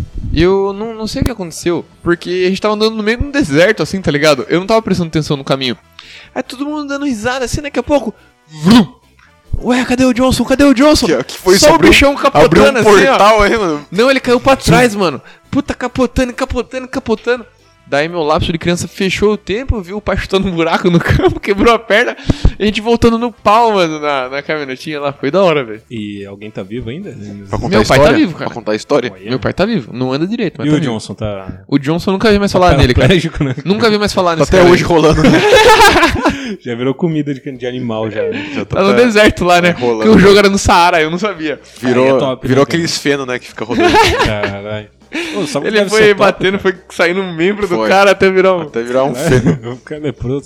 eu não sei o que aconteceu. Porque a gente tava andando no meio de um deserto, assim, tá ligado? Eu não tava prestando atenção no caminho. Aí todo mundo dando risada, assim, daqui a pouco... Vrum! Ué, cadê o Johnson? Cadê o Johnson? Que foi Só isso? o bichão Abriu capotando um assim, ó. portal aí, mano. Não, ele caiu pra trás, mano. Puta, capotando. Daí meu lapso de criança fechou o tempo, viu o pai chutando um buraco no campo, quebrou a perna, e a gente voltando no pau, mano, na caminhonetinha lá. Foi da hora, velho. E alguém tá vivo ainda? Pra contar Meu a pai história? tá vivo, cara. Pra contar a história? Olha. Meu pai tá vivo, não anda direito, mas E tá o vivo. Johnson tá... O Johnson nunca vi mais falar nele, cara. paraplégico, né? Nunca vi mais falar Tá nesse até cara hoje aí. rolando. Já virou comida de animal, já. Já Tá no deserto lá, né? rolando. Porque o jogo era no Saara, eu não sabia. Virou, Aí é top, virou né, cara? aqueles feno, né, que fica rodando. Caralho. Ô, sabe o que Ele deve foi ser top, batendo, cara? foi saindo um membro do Foi. cara até virar um... Até virar um feno. Eu vou ficar leproso.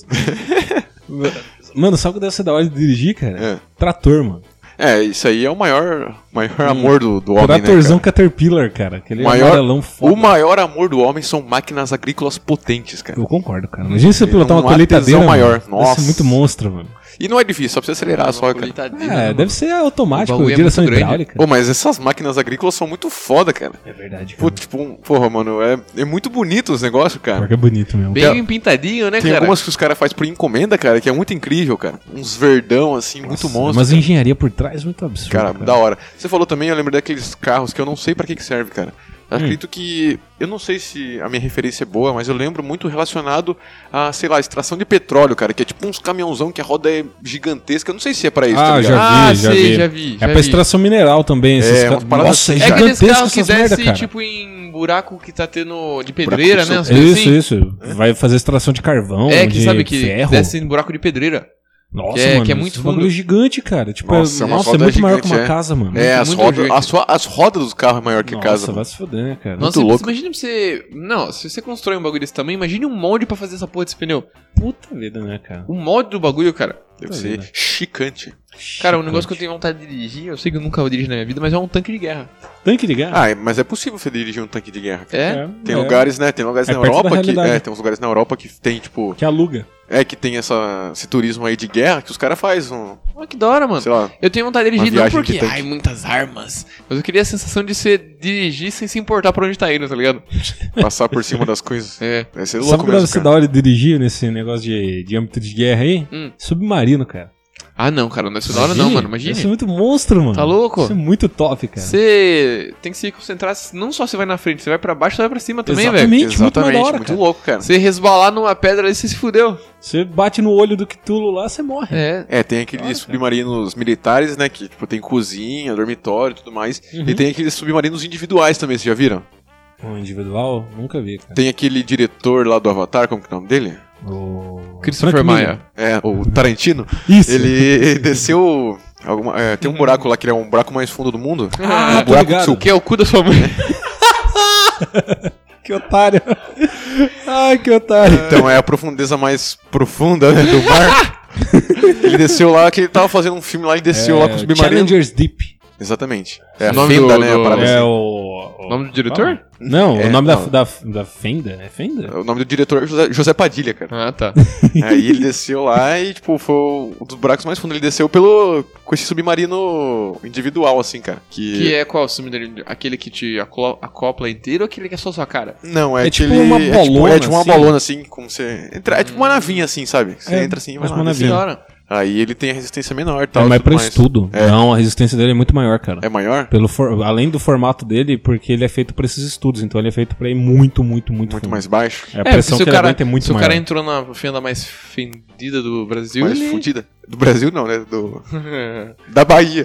Mano, sabe o que deve ser da hora de dirigir, cara? É. Trator, mano. É, isso aí é o maior amor do homem, Tratorzão né, Caterpillar, cara. Aquele cara? amarelão foda. O maior amor do homem são máquinas agrícolas potentes, cara. Eu concordo, cara. Imagina você pilotar Não uma há colheitadeira, tesão maior. mano. Deve Nossa. ser muito monstro, mano. E não é difícil, só precisa acelerar só, cara. É, deve ser automático, O bagulho é direção muito grande. hidráulica. Pô, mas essas máquinas agrícolas são muito foda, cara. É verdade, Pô, cara. tipo, porra, mano, é muito bonito os negócios, cara. Pior que é bonito mesmo. Bem pintadinho, né, Tem cara? algumas que os caras fazem por encomenda, cara, que é muito incrível, cara. Uns verdão, assim, muito Nossa, monstro. Mas engenharia por trás muito absurdo. Cara, da hora. Você falou também, eu lembro daqueles carros que eu não sei pra que serve, cara. Acredito que... Eu não sei se a minha referência é boa, mas eu lembro muito relacionado a, sei lá, extração de petróleo, cara. Que é tipo uns caminhãozão que a roda é gigantesca. Eu não sei se é pra isso, tá Ah, ligado? já sei, vi. já vi. É já pra vi. extração mineral também. Esses umas ca- paradas Nossa, é assim. É aqueles gigantesco carros que essas merda, desce, cara. tipo, em buraco que tá tendo de pedreira, Buraco né? de umas coisas assim. Isso. Vai fazer extração de carvão, É, que de sabe que ferro. desce em buraco de pedreira. Nossa, que é- mano, que é muito esse bagulho fundo. é gigante, cara. Tipo, Nossa, é uma nossa, é roda muito maior que gigante, uma é. casa, mano. É, as muito rodas, gigante. as rodas dos carros é maior que Nossa, casa. vai Mano. se foder, né, cara? Nossa, louco. imagina pra você... Não, se você constrói um bagulho desse tamanho, imagine um molde pra fazer essa porra desse pneu. Puta vida, né, cara? O molde do bagulho, cara. Deve Tá ser vendo. chicante. Cara, um negócio que eu tenho vontade de dirigir, eu sei que eu nunca vou dirigir na minha vida, mas é um tanque de guerra. Tanque de guerra? Mas é possível você dirigir um tanque de guerra. É? Tem lugares, né? Tem lugares É na perto da Europa que. realidade. Tem uns lugares na Europa que tem, tipo. Que aluga. Que tem esse turismo aí de guerra que os caras fazem Olha que da hora, mano. sei lá. Eu tenho vontade de dirigir Uma não viagem de porque, tanque. muitas armas. Mas eu queria a sensação de você dirigir sem se importar pra onde tá indo, tá ligado? Passar por cima das coisas. É. Deve ser Sabe louco o que deve mesmo, ser cara. da hora de dirigir nesse negócio de âmbito de guerra aí? Submarino, cara. Ah, não, cara, não é da hora não, mano. Imagine. Isso é muito monstro, mano. Tá louco? Isso é muito top, cara. Você tem que se concentrar, não só você vai na frente, você vai pra baixo, você vai pra cima também, velho. Exatamente, muito mais da Exatamente, hora, muito cara. louco, cara. Você resbalar numa pedra ali, você se fudeu. Você bate no olho do Cthulhu lá, você morre. Tem aqueles submarinos militares, né? Que tipo, tem cozinha, dormitório e tudo mais. E tem aqueles submarinos individuais também, vocês já viram? O individual, nunca vi, cara. Tem aquele diretor lá do Avatar, como que é o nome dele? O Christopher Frank Miller. Maia. O Tarantino. Isso. Ele desceu. Tem um buraco lá que é um buraco mais fundo do mundo. Ah, um tô buraco ligado. sul. Que é o cu da sua mãe. Que otário. Ai, que otário. Então é a profundeza mais profunda, né, do mar. Ele desceu lá, que ele tava fazendo um filme lá, ele desceu lá com os submarinos. Challengers Deep. Exatamente. É a nome Fenda, do- né? A parada É assim. o Nome do diretor? Não, É, o nome não. da Fenda. É Fenda? O nome do diretor é José Padilha, cara. Ah, tá. Aí ele desceu lá e, tipo, foi um dos buracos mais fundos. Ele desceu com esse submarino individual, assim, cara. Que é qual o submarino? Aquele que te acopla inteiro ou aquele que é só sua cara? Não, é, É tipo aquele... uma bolona, é tipo uma assim. bolona, assim, como você... É tipo uma navinha, assim, sabe? Você É, entra assim e vai mas lá. uma desce. navinha. Da hora. Aí ele tem a resistência menor e É tal. mais tudo pra estudo. É. Não, a resistência dele é muito maior, cara. É maior? Além do formato dele, porque ele é feito pra esses estudos. Então ele é feito pra ir muito fundo. Muito mais baixo. É, a pressão se que o ele cara, aguenta é muito se o maior. cara entrou na fenda mais fendida do Brasil, Mais ele... fudida. Do Brasil não, né? Da Bahia.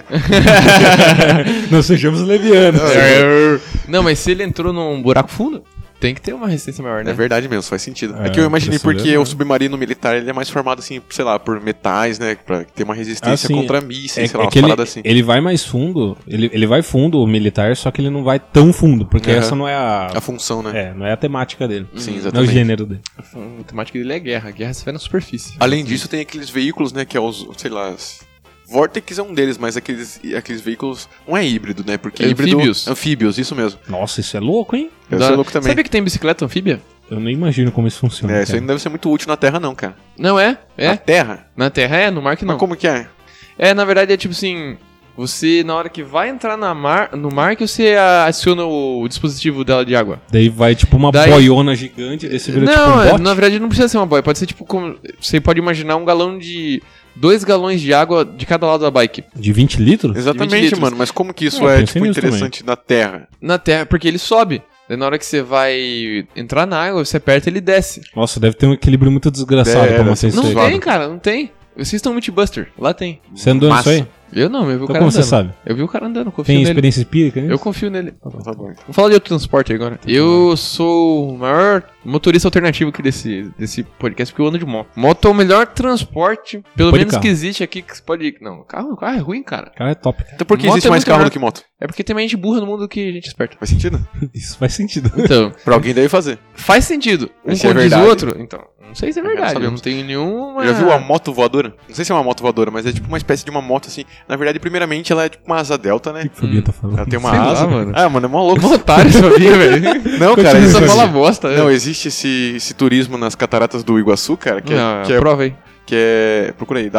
Não sejamos levianos. Não, mas se ele entrou num buraco fundo, tem que ter uma resistência maior, né? É verdade mesmo, faz sentido. É, É, que eu imaginei precisa, porque né? o submarino militar ele é mais formado assim, sei lá, por metais, né? Pra ter uma resistência Assim, contra mísseis, sei lá, umas que paradas assim. ele vai mais fundo, ele vai fundo, o militar, só que ele não vai tão fundo, porque Aham. essa não é A função, né? não é a temática dele. Sim, Não é o exatamente. gênero dele. A temática dele é guerra. Guerra se vai na superfície. Além disso, tem aqueles veículos, né? Que é os, sei lá... Vortex é um deles, mas aqueles veículos não é híbrido, né? Porque Anfíbios. Anfíbios, isso mesmo. Nossa, isso é louco, hein? Deve ser louco também. Sabe que tem bicicleta anfíbia? Eu nem imagino como isso funciona. Isso aí não deve ser muito útil na Terra, não, cara. Não é? Na É. Terra? Na Terra é, no mar que não. Mas como que é? É, na verdade é tipo assim... Você, na hora que vai entrar no mar, que você aciona o dispositivo dela de água. Daí vai tipo uma Daí- boiona gigante, daí você vira tipo Não, um bote. na verdade não precisa ser uma boia. Pode ser tipo como... Você pode imaginar um galão de... 2 galões de água de cada lado da bike. De 20 litros? Exatamente, litros. mano. Mas como que isso Eu é, pensei tipo, nisso interessante na Terra? Na Terra, porque ele sobe. Daí na hora que você vai entrar na água, você aperta ele desce. Nossa, deve ter um equilíbrio muito desgraçado É, pra deve manter ser isso Não aí. zoado. tem, cara, não tem. Assistam Mythbuster, lá tem. Você andou nisso Massa. aí? Eu não, eu vi o Então cara como andando. você sabe? Eu vi o cara andando, confio Tem nele. experiência empírica nisso? Eu confio nele. Tá bom. Vamos falar de outro transporte aí agora. Eu sou o maior motorista alternativo aqui desse podcast, porque eu ando de moto. Moto é o melhor transporte, pelo Pode menos carro. que existe aqui, que você pode... Não, carro é ruim, cara. Cara, é top. Então por que Moto existe é mais muito carro melhor. do que moto? É porque tem mais gente burra no mundo do que gente esperta. Faz sentido? Isso faz sentido. Então, Pra alguém deve fazer. faz sentido. Um Mas se é condiz o verdade? outro. Então, não sei se é Eu quero verdade. saber. Eu não tenho nenhuma... Já viu a moto voadora? Não sei se é uma moto voadora, mas é tipo uma espécie de uma moto assim. Na verdade, primeiramente, ela é tipo uma asa delta, né? O que o Fabinho tá falando? Ela tem uma Sei lá, asa. mano. Ah, mano, é mó louco. Um otário, sabia, velho? Não, cara, Continua, Essa Fabinho. fala bosta. Não, existe esse turismo nas cataratas do Iguaçu, cara, Prova aí. que é procura aí,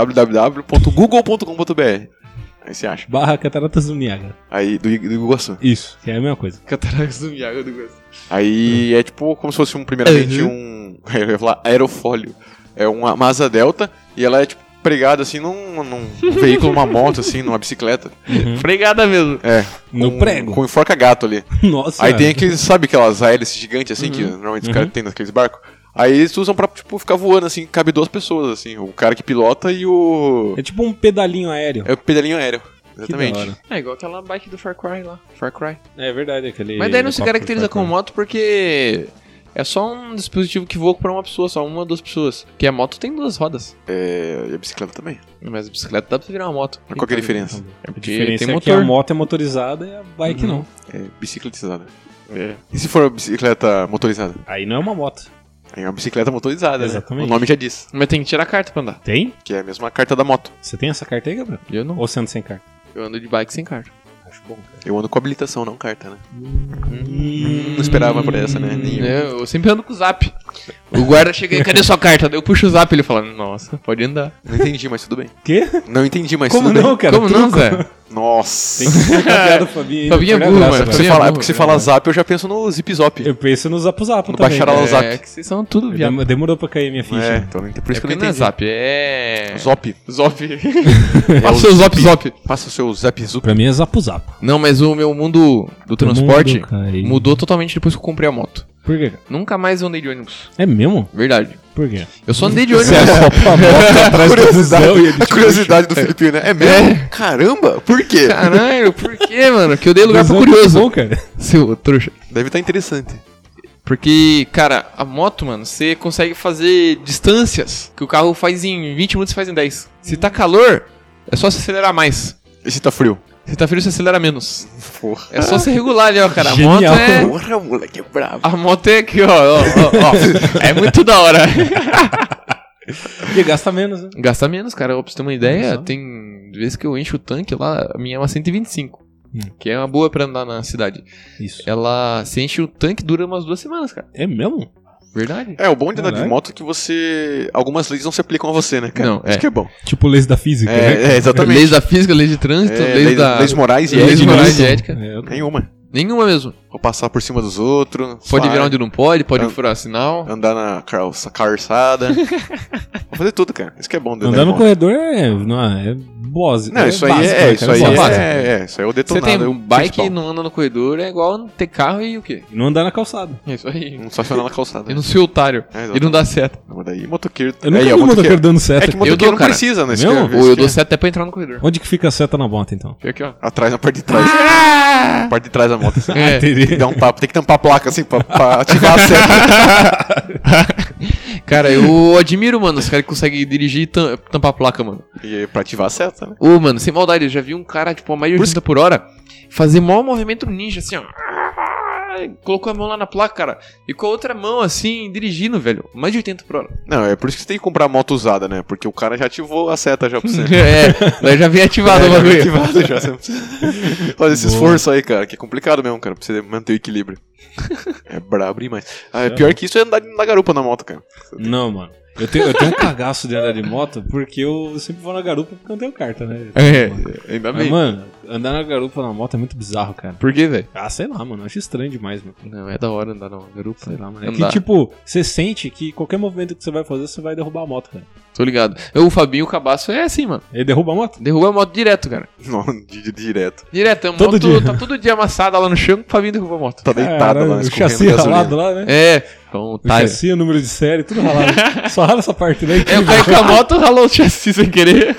www.google.com.br. Aí você acha. Barra Cataratas do Niágara. Aí, do Iguaçu. Isso, que é a mesma coisa. Cataratas do Miago do Gosto. Aí é tipo como se fosse primeiramente um. Eu ia falar aerofólio. É uma asa delta e ela é tipo pregada assim num veículo, numa moto, assim, numa bicicleta. Fregada mesmo. É. No com- prego. Com enforca-gato ali. Nossa. Aí tem aqueles, sabe aquelas hélices gigantes assim que normalmente os caras têm naqueles barcos? Aí eles usam pra, tipo, ficar voando assim, cabe 2 pessoas, assim. O cara que pilota e o. É tipo um pedalinho aéreo. É o pedalinho aéreo. Que Exatamente. da hora. É igual aquela bike do Far Cry lá. Far Cry. É verdade, aquele... Mas daí não se helicóptero caracteriza Far Cry. como moto porque é só um dispositivo que voa pra uma pessoa, só uma ou 2 pessoas. Porque a moto tem 2 rodas. É, e a bicicleta também. Mas a bicicleta dá pra você virar uma moto. Mas qual que é a diferença? É A porque diferença tem é que motor. a moto é motorizada e a bike não. É bicicletizada. E se for bicicleta motorizada? Aí não é uma moto. É uma bicicleta motorizada, Exatamente. né? O nome já diz. Mas tem que tirar a carta pra andar. Tem? Que é a mesma carta da moto. Você tem essa carta aí, Gabriel? Eu não. Ou você anda sem carta? Eu ando de bike sem carta. Acho bom, cara. Eu ando com habilitação, não carta, né? Não esperava por essa, né? Nem eu. Eu sempre ando com o zap. O guarda chega aí, cadê sua carta? Daí eu puxo o zap e ele fala, nossa, pode andar. Não entendi, mas tudo bem. Quê? Não entendi, mas Como tudo não, bem. cara? Como não, Truco. Zé? Nossa. Tem que explicar a piada do Fabinho aí. Fabinho é não burro, perde a mano. graça, Você Fabinho fala, é é porque você fala zap, eu já penso no zip zop. Eu penso no Zap Zap No também. bacharel cara. Zap. É que vocês são tudo viado. Demorou pra cair minha ficha. É, então por isso que eu não não é entendi. zap, é... Zop. Zop. É Passa o o seu zop, zip. zop. Passa o seu zap zup. Pra mim é Zap Zap. Não, mas o meu mundo do transporte mundo caiu. mudou totalmente depois que eu comprei a moto. Por quê, cara? Nunca mais eu andei de ônibus. É mesmo? Verdade. Por quê? Eu só andei de ônibus. A curiosidade do Filipinho, né? É mesmo? Caramba, por quê? Caralho, por quê, mano? Que eu dei lugar pro Busão é curioso. bom, cara. Seu trouxa. Deve estar interessante. Porque, cara, a moto, mano, você consegue fazer distâncias que o carro faz em 20 minutos e faz em 10. Se tá calor, é só você acelerar mais. E se tá frio? Se tá frio, você acelera menos. Porra. É só você regular ali, ó, cara. A Genial. moto é... Porra, moleque, é brabo. A moto é aqui, ó. É muito da hora. E gasta menos, né? Gasta menos, cara. Pra você ter uma ideia, Nossa. tem vezes que eu encho o tanque lá, a minha é uma 125. Que é uma boa pra andar na cidade. Isso. Ela, se enche o tanque, dura umas 2 semanas, cara. É mesmo? Verdade. É, o bom de andar de Caralho. moto é que você... Algumas leis não se aplicam a você, né, cara? Não, Isso é. que é bom. Tipo leis da física, né? É, exatamente. Leis da física, leis de trânsito, Leis morais e leis éticas. morais e ética. É, Nenhuma. Nenhuma mesmo. Vou passar por cima dos outros. Pode virar onde não pode, pode Ah. furar sinal. Andar na calçada. Vou fazer tudo, cara. Isso que é bom. de andar Andar de no moto. corredor não é boss. Não, isso aí básico, é, né, isso cara? aí Básico. isso aí é o Você detonado. tem é o bike e principal. não anda no corredor, é igual ter carro e o quê? E não andar na calçada. É isso aí. Não estacionar na calçada. E não ser otário. É, E não dá seta. Não, mas daí motoqueiro... Eu nunca Aí, vi ó, um motoqueiro dando seta. É que Eu motoqueiro dou, não cara. precisa, né? Mesmo? Ou eu dou seta até pra entrar no corredor. Onde que fica a seta na bota, então? Fica aqui, ó. Atrás, na parte de trás. Na parte de trás da moto. Assim. É. Tem que dar um tapa, tem que tampar a placa assim pra ativar a seta. Cara, eu admiro, mano, os caras que conseguem dirigir e tampar a placa, mano. E pra ativar a seta, né? Ô, mano, sem maldade, eu já vi um cara, tipo, a mais de 80 por hora fazer maior movimento ninja, assim, ó. Colocou a mão lá na placa, cara. E com a outra mão, assim, dirigindo, velho. Mais de 80 por hora. Não, é por isso que você tem que comprar moto usada, né? Porque o cara já ativou a seta já pra você. É, daí já vem ativado o já bagulho. ativado já. Você não precisa fazer esse esforço aí, cara, que é complicado mesmo, cara, pra você manter o equilíbrio. É brabo demais. Ah, pior que isso é andar na garupa na moto, cara. Não, mano. Eu tenho um cagaço de andar de moto porque eu sempre vou na garupa porque eu não tenho carta, né? É, ainda Mas, bem. mano, andar na garupa na moto é muito bizarro, cara. Por quê, velho? Ah, sei lá, mano. Eu acho estranho demais, mano. Não, é da hora andar na garupa. Sei lá, mano. É Andar. que, tipo, você sente que qualquer movimento que você vai fazer, você vai derrubar a moto, cara. Tô ligado. O Fabinho, o Cabaço, é assim, mano. Ele derruba a moto? Derruba a moto direto, cara. Não, direto. Direto, a Todo moto dia. tá todo dia amassada lá no chão, o Fabinho derruba a moto. Tá deitado Caralho, lá, o escorrendo chassi gasolina. ralado lá, né? É, um O otário. chassi, o número de série, tudo ralado. Só rala essa parte, né? Eu caí com a moto, ralou o chassi sem querer.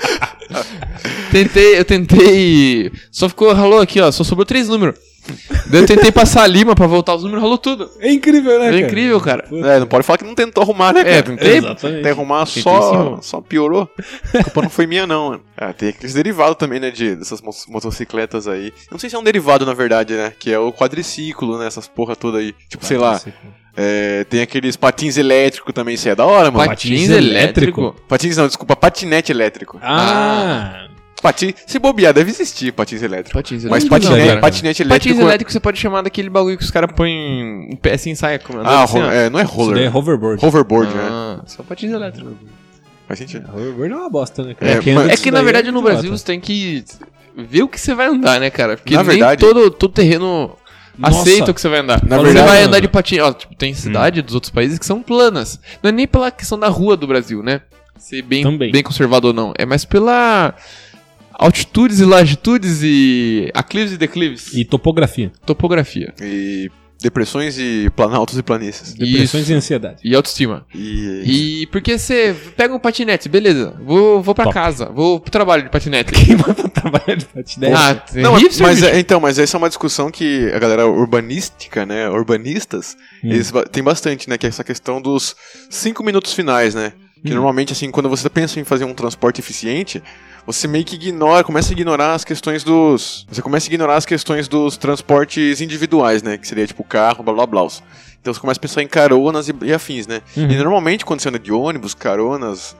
Eu tentei. Só ralou aqui, ó. Só sobrou 3 números. Daí eu tentei passar a lima pra voltar os números, ralou tudo. É incrível, né, É cara? incrível, cara. É, não pode falar que não tentou arrumar, né, cara? É, tentei. Exatamente. Tentei arrumar, Tentei só piorou. A culpa não foi minha, não, mano. Ah, tem aqueles derivados também, né, dessas motocicletas aí. Não sei se é um derivado, na verdade, né, que é o quadriciclo, né, essas porra toda aí. Tipo, sei lá, tem aqueles patins elétricos também, isso é da hora, mano. Patins elétrico. Patins não, desculpa, patinete elétrico. Ah! Se bobear, deve existir patins elétricos. Patins Mas elétricos. patinete, Cara. patinete elétrico... Patins elétrico você pode chamar daquele bagulho que os caras põem um pé assim e sai comendo. Ah, assim, ó. não é Isso daí roller. é hoverboard. Hoverboard, né? Ah, só patins elétricos. Faz sentido. Hoverboard é uma bosta, né, cara? É, Quem mas- anda É disso que na daí verdade no idiota. Brasil você tem que ver o que você vai andar, né, cara? Porque Na nem verdade- todo terreno Nossa. aceita o que você vai andar. Na Você verdade- vai andar de patins. Ó, tipo, tem cidade dos outros países que são planas. Não é nem pela questão da rua do Brasil, né? Ser Também. bem conservador, não. É mais pela altitudes e latitudes e aclives e declives. E topografia. Topografia. E depressões e planaltos e planícies. Depressões Isso. e ansiedade. E autoestima. E porque você pega um patinete, beleza, vou pra Top. casa, vou pro trabalho de patinete. Quem manda trabalhar de patinete? Ah, Não, hipster, mas, bicho. mas essa é uma discussão que a galera urbanística, né, urbanistas, eles tem bastante, né, que é essa questão dos 5 minutos finais, né, que normalmente, assim, quando você pensa em fazer um transporte eficiente, você meio que começa a ignorar as questões dos... Você começa a ignorar as questões dos transportes individuais, né? Que seria tipo carro, blá blá blá. Então você começa a pensar em caronas e afins, né? Uhum. E normalmente quando você anda de ônibus, caronas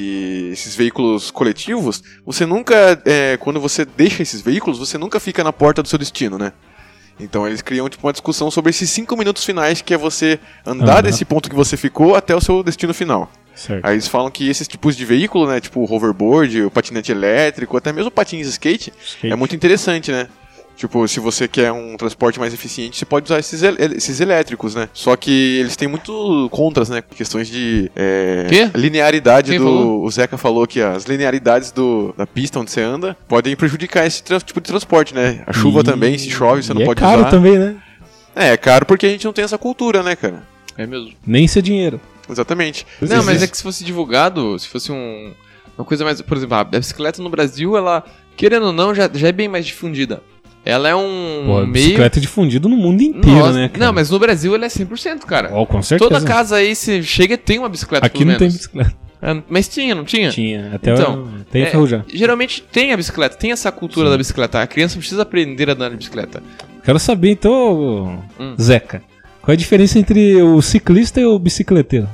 e esses veículos coletivos, você nunca... quando você deixa esses veículos, você nunca fica na porta do seu destino, né? Então eles criam tipo uma discussão sobre esses 5 minutos finais, que é você andar desse ponto que você ficou até o seu destino final. Certo. Aí eles falam que esses tipos de veículo, né, tipo o hoverboard, o patinete elétrico, até mesmo o patins skate, é muito interessante, né? Tipo, se você quer um transporte mais eficiente, você pode usar esses elétricos, né? Só que eles têm muito contras, né? Questões de linearidade. Quem falou? O Zeca falou que as linearidades da pista onde você anda podem prejudicar esse tipo de transporte, né? A chuva também, se chove, você não pode usar. É caro também, né? É caro porque a gente não tem essa cultura, né, cara? É mesmo. Nem ser dinheiro. Exatamente. Não, mas é que se fosse divulgado, se fosse uma coisa mais... Por exemplo, a bicicleta no Brasil, ela, querendo ou não, já é bem mais difundida. Ela é Pô, meio... bicicleta é difundido no mundo inteiro, né, cara? Não, mas no Brasil ela é 100%, cara. Oh, com certeza. Toda casa aí, você chega e tem uma bicicleta, Aqui pelo não tem menos. bicicleta. Mas tinha, não tinha? Tinha, até Então, tem enferrujar. Geralmente tem a bicicleta, tem essa cultura da bicicleta. A criança precisa aprender a andar de bicicleta. Quero saber, então, Zeca, qual é a diferença entre o ciclista e o bicicleteiro?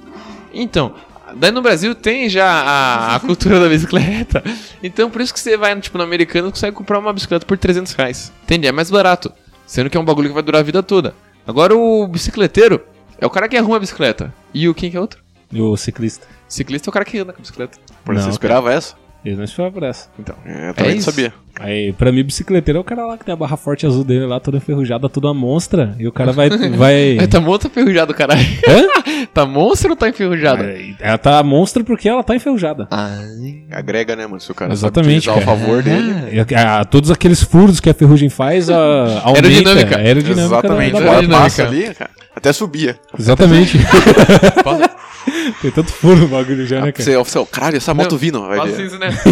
Então, daí no Brasil tem já a cultura da bicicleta. Então por isso que você vai tipo, no americano e consegue comprar uma bicicleta por R$300. Entende? É mais barato. Sendo que é um bagulho que vai durar a vida toda. Agora o bicicleteiro é o cara que arruma a bicicleta. E quem que é outro? E o ciclista? Ciclista é o cara que anda com a bicicleta. Você esperava essa? Eles não esperavam por essa. Então, Eu também não isso. sabia. Aí, pra mim, bicicleteiro é o cara lá que tem a barra forte azul dele lá, toda enferrujada, toda monstra. E o cara vai... Tá monstro ou enferrujado, caralho? Hã? Tá monstro ou tá enferrujado? Ela tá monstra porque ela tá enferrujada. Agrega, né, mano? Se o cara Exatamente, sabe utilizar cara. ao favor dele. Todos aqueles furos que a ferrugem faz, aumenta Aerodinâmica. a aerodinâmica Exatamente. da O barra. ar passa ali, cara. Até subia. Exatamente. Tem tanto furo no bagulho já, né, cara? Você, caralho, essa moto vindo. Vai Faz ver. isso, né?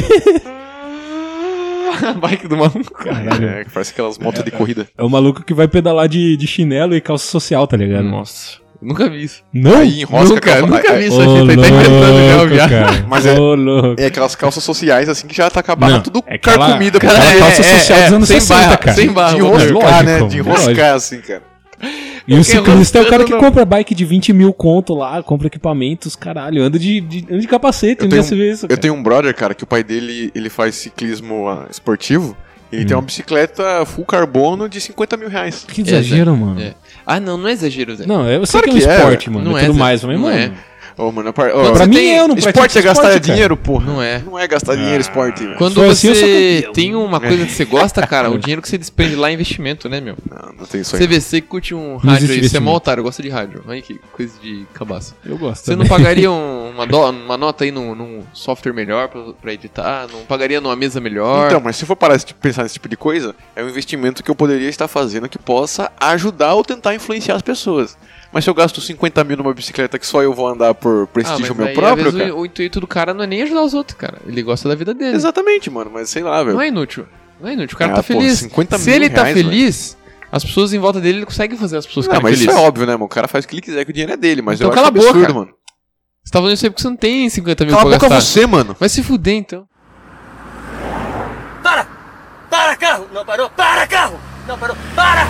Bike do maluco. Caralho. Que parece aquelas motos de corrida. É o maluco que vai pedalar de chinelo e calça social, tá ligado? Nossa, nunca vi isso. Não? Aí enrosca Nunca vi isso Ô, aqui, tá inventando já, louco, viado. cara. Mas Ô, louco. É aquelas calças sociais assim que já tá acabando Não, tudo é aquela- carcomida. aquela cara. calça social dos anos sem 60, barra, cara. sem barra. De Lógico, enroscar, né? lógico, De enroscar lógico. assim, cara. E o ciclista é o cara que não. compra bike de 20 mil conto lá, compra equipamentos, caralho, anda de capacete, Eu não ia se ver isso, Eu cara. tenho um brother, cara, que o pai dele ele faz ciclismo esportivo. E ele tem uma bicicleta full carbono de R$50 mil. Que exagero, mano. É. Ah, não é exagero, Zé. Não, eu sei Claro que é um que é, esporte, mano, não e é, tudo Zé. mais, mas, Não mano... é. Ô, mano, Pra Você mim, tem- eu não pratico esporte é gastar cara. dinheiro, porra. Não é. Não é gastar dinheiro, esporte. velho. Quando Foi assim, eu sou você campeão. tem uma coisa que você gosta, cara, o dinheiro que você despende lá é investimento, né, meu? Não tem isso aí. CVC que curte um Não rádio existe aí, você é investimento. mó otário, gosta de rádio. Olha que coisa de cabaço. Eu gosto Você não também. pagaria uma nota aí num software melhor pra editar? Não pagaria numa mesa melhor? Então, mas se for parar de pensar nesse tipo de coisa, é um investimento que eu poderia estar fazendo que possa ajudar ou tentar influenciar as pessoas. Mas se eu gasto 50 mil numa bicicleta que só eu vou andar por prestígio meu aí, próprio, às vezes, cara... o intuito do cara não é nem ajudar os outros, cara. Ele gosta da vida dele. Exatamente, mano, mas sei lá, velho. Não é inútil. Não é inútil. O cara Ah, tá pô, feliz. 50 Se mil ele tá reais, feliz, as pessoas em volta dele, ele consegue fazer as pessoas Não, ficarem mas isso felizes. é óbvio, né, mano? O cara faz o que ele quiser, que o dinheiro é dele, mas Então eu cala acho a boca. absurdo, mano. Você tá falando isso aí porque você não tem 50 mil Cala a pra boca gastar. você, mano. Vai se fuder, então. Para! Para, carro! Não parou! Para, carro! Não parou! Para!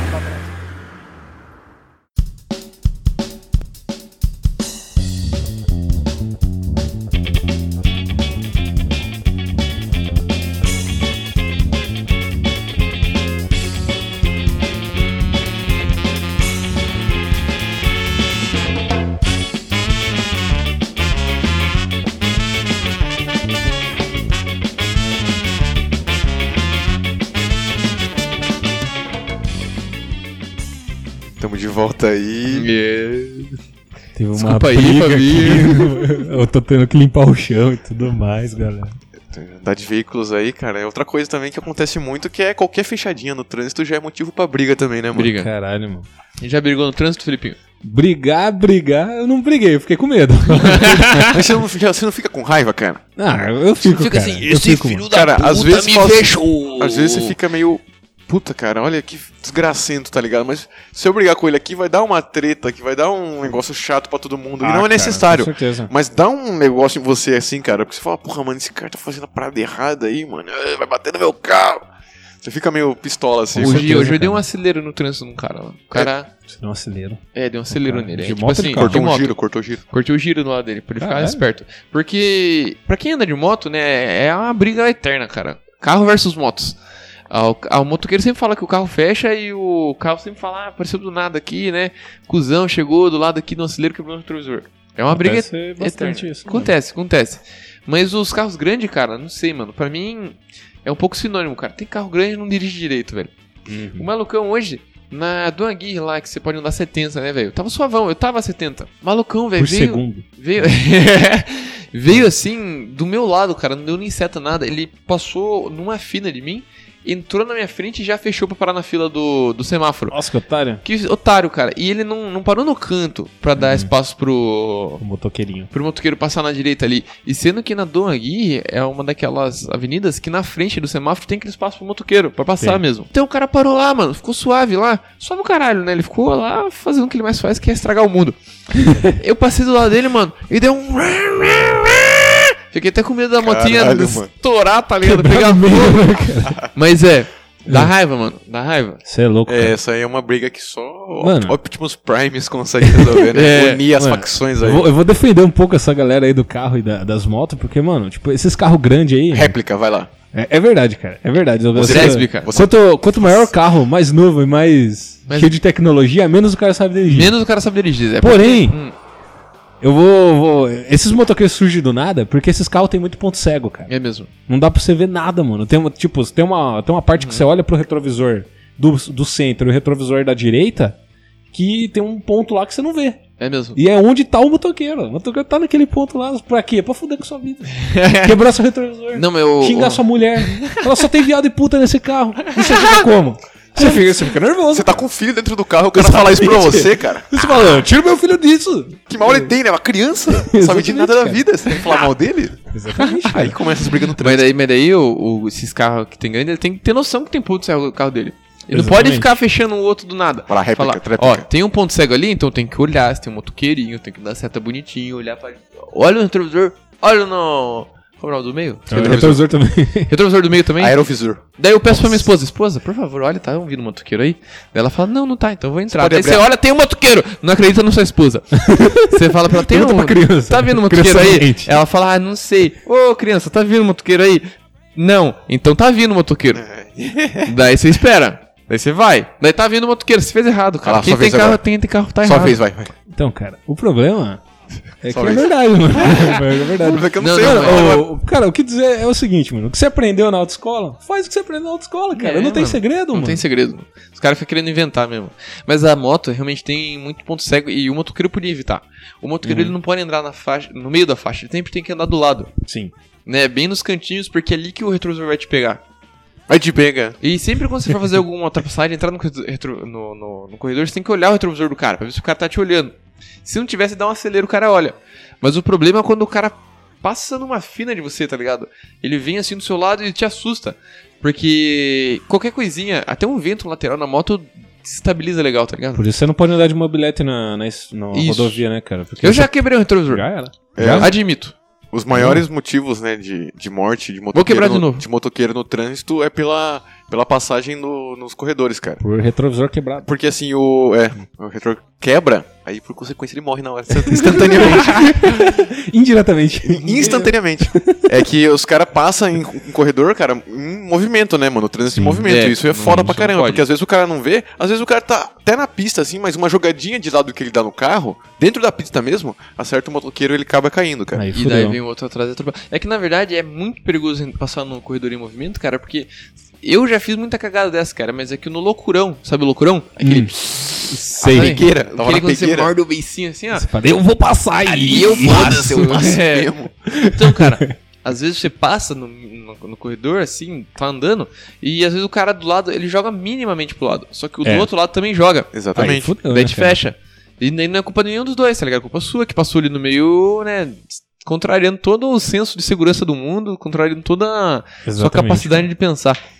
Tamo de volta aí. Teve uma Desculpa aí, briga família. aqui. Eu tô tendo que limpar o chão e tudo mais, galera. Andar de veículos aí, cara, é outra coisa também que acontece muito, que é qualquer fechadinha no trânsito já é motivo pra briga também, né, mano? Briga. Caralho, mano. A gente já brigou no trânsito, Felipinho? Brigar, eu não briguei, eu fiquei com medo. Mas você não fica com raiva, cara? Ah, eu fico, cara. Eu fico, mano. Cara, às vezes às vezes você fica meio puta, cara, olha que desgracento, tá ligado? Mas se eu brigar com ele aqui, vai dar uma treta, que vai dar um negócio chato pra todo mundo. E não é necessário. Com certeza. Mas dá um negócio em você assim, cara, porque você fala, porra, mano, esse cara tá fazendo a parada errada aí, mano. Vai bater no meu carro. Você fica meio pistola assim. Hoje eu dei cara. um acelero no trânsito num cara lá. O cara. Você deu um acelero. Deu um acelero nele. De Tipo moto assim, de carro? de moto. Cortou o giro. Cortei o giro do lado dele, pra ele ficar é? esperto. Porque, pra quem anda de moto, né, é uma briga eterna, cara. Carro versus motos. O motoqueiro sempre fala que o carro fecha e o carro sempre fala, apareceu do nada aqui, né? Cusão, chegou do lado aqui no acelero, quebrou o retrovisor. É uma briga bastante isso. Acontece. Mas os carros grandes, cara, não sei, mano. Pra mim, é um pouco sinônimo, cara. Tem carro grande e não dirige direito, velho. O malucão hoje, na Dom Aguirre lá, que você pode andar 70, né, velho? Tava suavão, eu tava 70. Malucão, velho, Por segundo. Veio assim, do meu lado, cara, não deu nem seta nada. Ele passou numa fina de mim, entrou na minha frente e já fechou pra parar na fila do semáforo. Nossa, que otário. Que otário, cara. E ele não parou no canto pra dar espaço pro O motoqueirinho. motoqueiro passar na direita ali. E sendo que na Dom Aguirre é uma daquelas avenidas que na frente do semáforo tem aquele espaço pro motoqueiro, pra passar Tem. mesmo. Então o cara parou lá, mano, ficou suave lá. Suave o caralho, né? Ele ficou lá fazendo o que ele mais faz, que é estragar o mundo. Eu passei do lado dele, mano, e deu um... Fiquei até com medo da motinha Caralho, mano. estourar, tá ligado? Pegar fogo. Mas dá raiva, mano. Dá raiva. Você é louco, cara. Essa aí é uma briga que só Mano. Optimus Primes consegue resolver, né? Unir as mano, facções aí. Eu vou defender um pouco essa galera aí do carro e das motos, porque, mano, tipo, esses carros grandes aí... Réplica, vai lá. É verdade, cara. É verdade. Lésbica. Quanto maior o carro, mais novo e mais cheio de tecnologia, menos o cara sabe dirigir. Menos o cara sabe dirigir. Porém, eu esses motoqueiros surgem do nada porque esses carros têm muito ponto cego, cara. É mesmo. Não dá pra você ver nada, mano. Tem uma parte que você olha pro retrovisor do centro e o retrovisor da direita que tem um ponto lá que você não vê. É mesmo. E é onde tá o motoqueiro. O motoqueiro tá naquele ponto lá. Pra quê? Pra fuder com sua vida. Quebrar seu retrovisor. Não, mas Xingar sua mulher. Ela só tem viado e puta nesse carro. E você fica como? Você fica nervoso. Você tá com o filho dentro do carro, o cara fala isso pra você, cara. Você fala, tira meu filho disso. Que mal ele tem, né? Uma criança. Não sabe de nada da cara. vida. Você tem que falar mal dele? Exatamente. Aí começa as brigas no Mas trânsito. daí esses carros que tem grande, ele tem que ter noção que tem ponto cego no carro dele. Ele não Exatamente. pode ficar fechando um outro do nada. Fala réplica, tréplica. Ó, tem um ponto cego ali, então tem que olhar, se tem um motoqueirinho, tem que dar seta bonitinho, olhar pra... Olha o retrovisor, olha no... Como é o do meio? O retrovisor também. Retrovisor do meio também? Aerovisor. Daí eu peço pra minha esposa, por favor, olha, tá ouvindo um motoqueiro aí? Daí ela fala, não tá, então eu vou entrar. pode Daí você abrir olha, tem um motoqueiro! Não acredita na sua esposa. Você fala pra ela, tem Pergunta um... pra criança. Tá vindo um motoqueiro Criança aí? mente. Ela fala, não sei. Ô, criança, tá vindo um motoqueiro aí? Não, então tá vindo um motoqueiro. Daí você espera. Daí você vai. Daí tá vindo um motoqueiro, você fez errado, cara. Ah, Quem sua tem vez carro, agora. tem carro tá Só errado. vez, vai. Então, cara, o problema é Só que é vez. verdade, mano. É verdade. É que eu não, Não, sei, não, mano. Cara, o que dizer é o seguinte, mano. O que você aprendeu na autoescola, faz o que você aprendeu na autoescola, cara. É, não tem mano. segredo, Não mano. tem segredo. Os caras ficam querendo inventar mesmo. Mas a moto realmente tem muito ponto cego e o motoqueiro podia evitar. O motoqueiro ele não pode entrar na faixa, no meio da faixa, ele sempre tem que andar do lado. Sim. Né? Bem nos cantinhos, porque é ali que o retrovisor vai te pegar. Vai te pega. E sempre quando você for fazer alguma ultrapassagem, entrar no corredor, você tem que olhar o retrovisor do cara, pra ver se o cara tá te olhando. Se não tivesse, dá um acelero, o cara olha. Mas o problema é quando o cara passa numa fina de você, tá ligado? Ele vem assim do seu lado e te assusta. Porque qualquer coisinha, até um vento lateral na moto desestabiliza legal, tá ligado? Por isso você não pode andar de mobilete na Isso. rodovia, né, cara? Porque Eu já quebrei o retrovisor. Já era. Admito. Os maiores motivos, né, de morte de motoqueiro, Vou quebrar de novo. de motoqueiro no trânsito é pela passagem nos corredores, cara. Por retrovisor quebrado. Porque assim, o retrovisor quebra, aí por consequência ele morre na hora, instantaneamente. Indiretamente. Instantaneamente. É que os caras passam em corredor, cara, em movimento, né, mano? O trânsito em movimento. É, Isso é foda pra isso não caramba, pode. porque às vezes o cara não vê, às vezes o cara tá até na pista, assim, mas uma jogadinha de lado que ele dá no carro, dentro da pista mesmo, acerta o motoqueiro e ele acaba caindo, cara. Aí, E fudeu. daí vem o outro atrás e atropela. É que na verdade é muito perigoso passar no corredor em movimento, cara, porque eu já fiz muita cagada dessa, cara, mas é que no loucurão, sabe o loucurão? Aquele. Sei. Sabe? pegueira, tava Aquele na quando você pegueira. morde o beicinho assim, ó. Você fala, eu vou passar aí. Ali eu Foda-se, eu passo É. mesmo. Então, cara, às vezes você passa no corredor, assim, tá andando, e às vezes o cara do lado, ele joga minimamente pro lado. Só que o do É. outro lado também joga. Aí, Exatamente. fudeu, Daí né, te cara? fecha. E daí não é culpa de nenhum dos dois, tá ligado? É culpa sua, que passou ali no meio, né, contrariando todo o senso de segurança do mundo, contrariando toda a sua Exatamente. capacidade de pensar.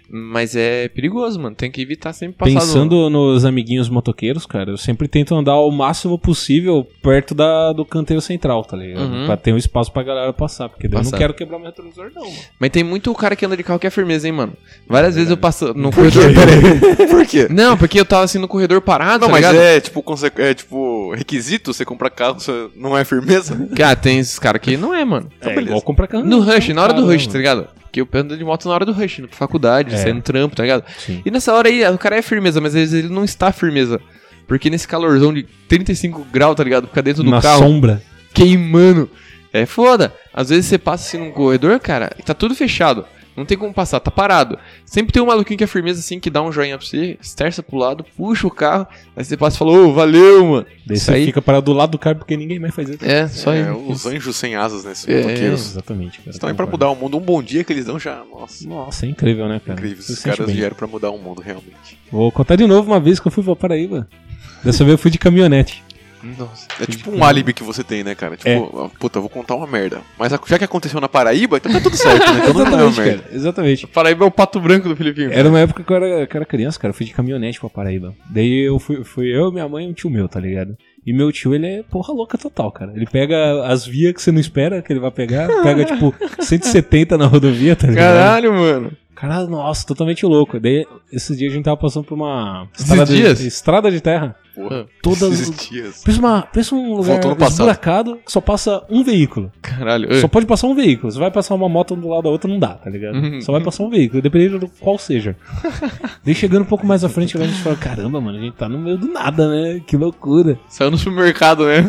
Mas é perigoso, mano. Tem que evitar sempre passar Pensando nos amiguinhos motoqueiros, cara, eu sempre tento andar o máximo possível perto do canteiro central, tá ligado? Uhum. Pra ter um espaço pra galera passar, porque daí eu Passar. não quero quebrar meu retrovisor, não, mano. Mas tem muito cara que anda de carro que é firmeza, hein, mano. Várias vezes eu passo no corredor... Por quê? Não, porque eu tava assim no corredor parado, Não, tá mas ligado? é tipo requisito você comprar carro, você não é firmeza? Cara, tem esses caras que não é, mano. É igual comprar carro. No rush, na hora do Caramba. rush, tá ligado? Porque eu ando de moto na hora do rush, indo pra faculdade, É. saindo no trampo, tá ligado? Sim. E nessa hora aí, o cara é firmeza, mas às vezes ele não está firmeza. Porque nesse calorzão de 35 graus, tá ligado? Fica dentro do Na carro, sombra. queimando. É foda. Às vezes você passa assim num corredor, cara, e tá tudo fechado. Não tem como passar, tá parado. Sempre tem um maluquinho que é firmeza assim, que dá um joinha pra você, esterça pro lado, puxa o carro, aí você passa e fala, ô, valeu, mano. Daí Isso você aí fica parado do lado do carro porque ninguém mais faz isso. é só Os anjos sem asas, né? Esses É. motoqueiros. Exatamente, cara. Estão aí pra mudar o mundo. Um bom dia que eles dão já. Nossa, Nossa, é incrível, né, cara? incrível. Você Esses se sente caras bem. vieram pra mudar o mundo, realmente. Vou contar de novo uma vez que eu fui pra Paraíba. Dessa vez eu fui de caminhonete. Nossa. É tipo um álibi que você tem, né, cara? Tipo, puta, eu vou contar uma merda. Mas já que aconteceu na Paraíba, então tá tudo certo, né? Então não é uma Exatamente, merda. cara. Exatamente. Paraíba é o pato branco do Filipinho. Era uma época que eu era criança, cara. Eu fui de caminhonete pra Paraíba. Daí eu fui eu, minha mãe e um tio meu, tá ligado? E meu tio, ele é porra louca total, cara. Ele pega as vias que você não espera que ele vai pegar. Pega, tipo, 170 na rodovia, tá ligado? Caralho, mano. Caralho, nossa, totalmente louco. Daí, esses dias a gente tava passando por uma dias? estrada de terra. Porra, Todas... esses dias. Pensa um lugar Voltou no passado. esburacado que só passa um veículo. Caralho. Só pode passar um veículo. Se vai passar uma moto um do lado da outra, não dá, tá ligado? Uhum. Só vai passar um veículo, dependendo do qual seja. Daí chegando um pouco mais à frente, a gente fala, caramba, mano, a gente tá no meio do nada, né? Que loucura. Saiu no supermercado, né?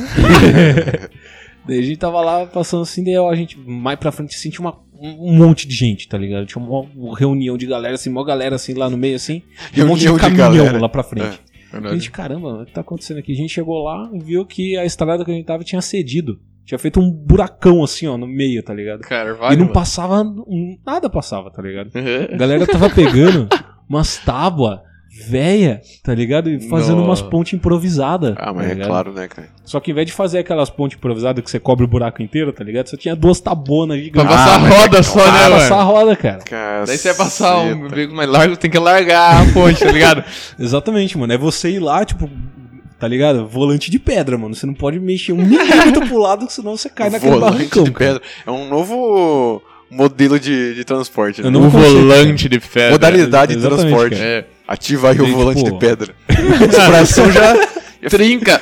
Daí a gente tava lá passando assim, daí a gente mais pra frente sentia um monte de gente, tá ligado? Tinha uma reunião de galera, assim, uma galera assim lá no meio, assim. E um monte de Reunião de caminhão galera. lá pra frente. A Verdade. gente, caramba, o que tá acontecendo aqui? A gente chegou lá e viu que a estrada que a gente tava tinha cedido. Tinha feito um buracão assim, ó, no meio, tá ligado? Carvalho, E não mano. passava, nada passava, tá ligado? Uhum. A galera tava pegando umas tábuas véia, tá ligado? E fazendo Nossa. umas pontes improvisadas. Ah, mas tá é ligado? claro, né, cara? Só que ao invés de fazer aquelas pontes improvisadas que você cobre o buraco inteiro, tá ligado? Só tinha duas tabonas Pra gigantes. passar a roda só, né, Pra passar a mano? roda, cara. Daí você vai passar um Caceta. veículo mais largo, tem que largar a ponte, tá ligado? Exatamente, mano. É você ir lá, tipo, tá ligado? Volante de pedra, mano. Você não pode mexer 1 milímetro pro lado, senão você cai naquele Volante barrancão. de pedra. É um novo modelo de transporte. Né? Eu não O consigo, volante de pedra. Modalidade de Exatamente, transporte. cara. É. Ativa aí o Daí, volante tipo, de pedra. Expressão já trinca.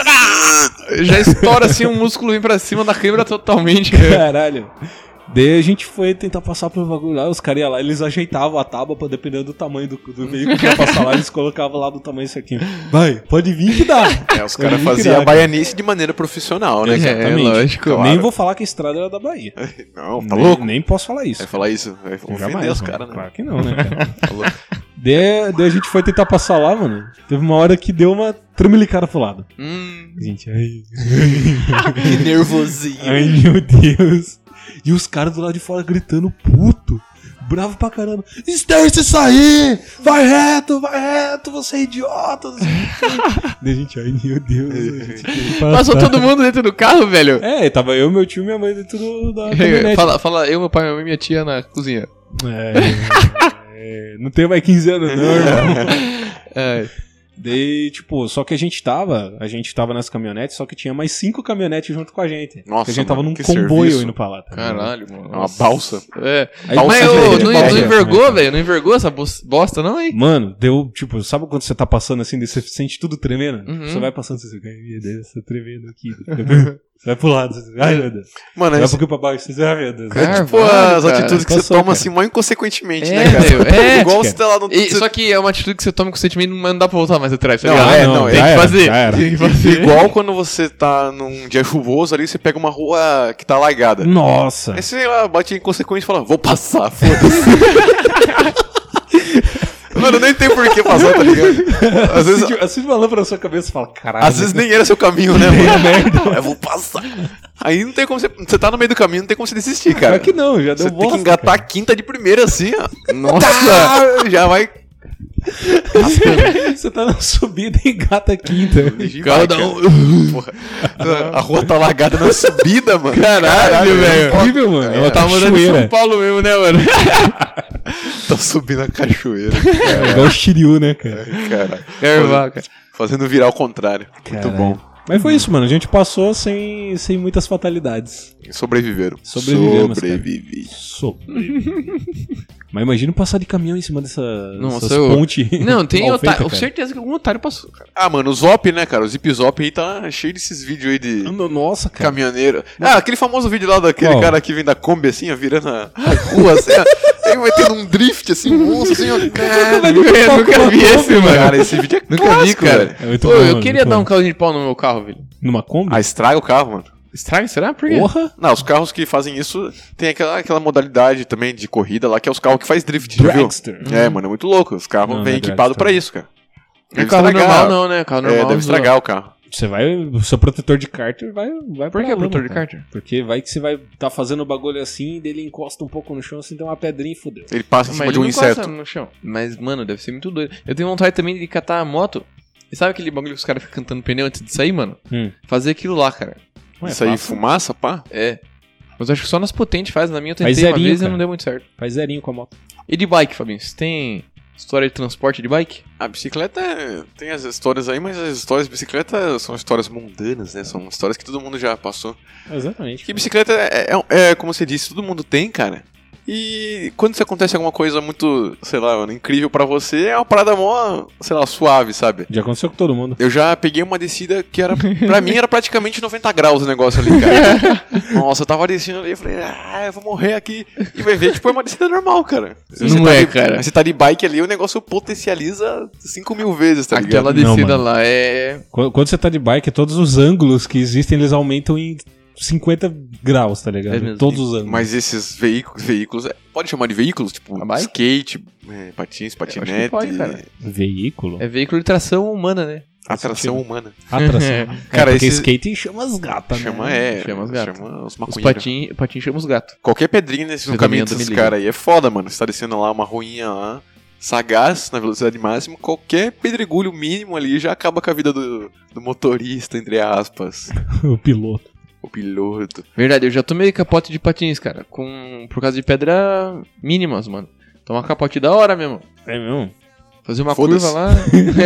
Já estoura assim um músculo vem pra cima da câmera totalmente. Caralho. Daí a gente foi tentar passar pelo bagulho lá, os caras iam lá, eles ajeitavam a tábua pra, dependendo do tamanho do veículo que ia passar lá, eles colocavam lá do tamanho certinho. Vai, pode vir que dá. É, os caras Pode vir que faziam dá, a baianice de maneira profissional, né, cara? É, lógico. Claro. Nem vou falar que a estrada era da Bahia. Não, tá louco? Nem posso falar isso. Vai falar isso, vai ofender Jamais, os mano. caras, né? Claro que não, né, cara? Tá louco. Daí a gente foi tentar passar lá, mano. Teve uma hora que deu uma tremelicada pro lado. Gente, ai. Que nervosinho. Ai, meu Deus. E os caras do lado de fora gritando, puto. Bravo pra caramba. Esterça isso aí! Vai reto, você é idiota! Não sei o quê. Daí a gente, ai, meu Deus. a gente tem que Passou passar. todo mundo dentro do carro, velho. É, tava eu, meu tio e minha mãe dentro da caminhonete. Fala eu, meu pai, minha mãe e minha tia na cozinha. Não tenho mais 15 anos, não, irmão. É. Daí, tipo, só que a gente tava nessa caminhonete, só que tinha mais 5 caminhonetes junto com a gente. Nossa, Porque a gente tava mano, num que comboio serviço. indo pra lá. Tá ligado? Caralho, mano. É uma balsa. É. Aí Mas você ô, veio de não balsa, envergou, né? velho? Não envergou essa bosta, não, hein? Mano, deu, tipo, sabe quando você tá passando assim, daí você sente tudo tremendo? Uhum. Você vai passando, você fica, ai meu Deus, tá tremendo aqui. Você vai pro lado, você fica, ai meu Deus. Mano, Vai é um pouquinho pra baixo, você, ai meu Deus. Cara, tipo as cara. atitudes que você Passou, toma cara. assim, mais inconsequentemente, É, né, cara? meu, é, Igual cara. você tá lá no... E, só que é uma atitude que você toma com sentimento, mas não dá pra voltar mais atrás, tá Não, ligado? é, não, tem já que era, fazer. já era. Tem que fazer. Igual quando você tá num dia chuvoso ali, você pega uma rua que tá alagada. Nossa. Aí você bate inconsequente e fala, vou passar, foda-se. Mano, nem tem por que passar, tá ligado? Às vezes, Assim uma lâmpada na sua cabeça e fala, caralho. às vezes nem era seu caminho, né, mano? Eu vou passar. Aí não tem como você... Você tá no meio do caminho, não tem como você desistir, cara. Claro que não, já deu Você bosta. tem que engatar cara. a quinta de primeira assim, ó. Nossa! Já vai... Você tá na subida e engata a quinta. Cada um. Porra. A rua tá alagada na subida, mano. Caralho, velho. É horrível, mano. É uma Tava mandando em cachoeira. São Paulo mesmo, né, mano? Tô Só subir na cachoeira. É igual o Shiryu, né, cara? Cara, Erva, cara. fazendo virar ao contrário. Muito Caralho. bom. Mas foi isso, mano. A gente passou sem muitas fatalidades. Sobreviveram. Sobrevivemos, cara. Sobrevivi. Mas imagina passar de caminhão em cima dessas pontes. Não, tem mal feita, otário. cara. Certeza que algum otário passou, cara. Ah, mano, o Zop, né, cara? O Zip Zop aí tá cheio desses vídeos aí de Nossa, cara. caminhoneiro. Ah, aquele famoso vídeo lá daquele Qual? cara que vem da Kombi assim, ó, virando a rua assim, ó. Aí vai tendo um drift assim, um monstro assim, ó. Eu nunca vi esse, mano. Cara, esse vídeo é Nunca vi, clássico, cara. velho. É muito Pô, bom, eu mano, queria muito dar bom. um caldo de pau no meu carro, velho. Numa Kombi? Ah, estraga o carro, mano. Estraga, será? Por quê? Porra! Não, os carros que fazem isso tem aquela modalidade também de corrida lá, que é os carros que faz drift, já viu? Dragster. É, mano, é muito louco. Os carros Não, vêm não é equipados dragster. pra isso, cara. O carro normal não, né? O carro normal. Deve estragar o carro. Você vai. O seu protetor de cárter vai Por pra que lama, protetor de cara. cárter? Porque vai que você vai tá fazendo o bagulho assim, dele encosta um pouco no chão, assim, tem uma pedrinha e fudeu. Ele passa em cima Mas de um ele não encosta inseto. no chão. Mas, mano, deve ser muito doido. Eu tenho vontade também de catar a moto. E sabe aquele bagulho que os caras ficam cantando pneu antes de sair, mano? Fazer aquilo lá, cara. Ué, Isso aí, fácil. fumaça, pá. É. Mas eu acho que só nas potentes faz. Na minha eu tentei Faz uma zerinho, vez e cara. não deu muito certo. Faz zerinho com a moto. E de bike, Fabinho? Você tem história de transporte de bike? A bicicleta tem as histórias aí, mas as histórias de bicicleta são histórias mundanas, né? São histórias que todo mundo já passou. Exatamente. Que bicicleta é como você disse, todo mundo tem, cara. E quando isso acontece alguma coisa muito, sei lá, mano, incrível pra você, é uma parada mó, sei lá, suave, sabe? Já aconteceu com todo mundo. Eu já peguei uma descida que era, pra mim, era praticamente 90 graus o negócio ali, cara. Nossa, eu tava descendo ali, eu falei, eu vou morrer aqui. E vai ver, tipo, é uma descida normal, cara. Não é, cara. Você tá de bike ali, o negócio potencializa 5.000 vezes, tá ligado? Aquela Não, descida mano. lá é... Quando você tá de bike, todos os ângulos que existem, eles aumentam em 50 graus, tá ligado? É mesmo. Todos os ângulos. Mas esses veículos, pode chamar de veículos? Tipo, A bike? skate, patins, acho que patinete, pode, cara. Veículo? É veículo de tração humana, né? atração humana. Atração. Cara, porque esses- skate chama as gatas, Chama, né? Chama os gatos. Chama os Os maconheiros. patinhos chamam os gatos. Qualquer pedrinha nesse no Você caminho também desses me liga. caras aí é foda, mano. Você tá descendo lá uma ruinha lá, sagaz, na velocidade máxima, qualquer pedregulho mínimo ali já acaba com a vida do motorista, entre aspas. O piloto. O piloto. Verdade, eu já tomei capote de patins, cara. Por causa de pedra mínimas, mano. Então uma capote da hora mesmo. É mesmo? Fazer uma Foda-se. curva lá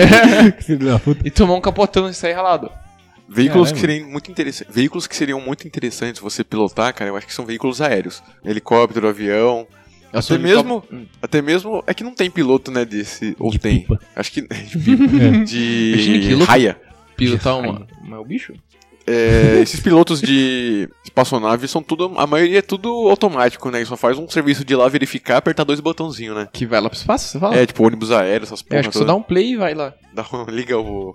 Filho da puta. e tomar um capotão e sair ralado. Veículos Caralho. que seriam muito interessantes. Veículos que seriam muito interessantes você pilotar, cara, eu acho que são veículos aéreos. Helicóptero, avião. Eu sou Até de mesmo, cap- até mesmo. É que não tem piloto, né, desse. Ou De tem. pipa. Acho que. É. Imagina que De louco. raia. Pilotar uma. Mas o bicho? Esses pilotos de espaçonave são tudo. A maioria é tudo automático, né? E só faz um serviço de ir lá verificar, apertar 2 botãozinhos, né? Que vai lá pro espaço, você fala? É, tipo ônibus aéreo, essas Eu porra. acho que só dá um play e vai lá. Liga o.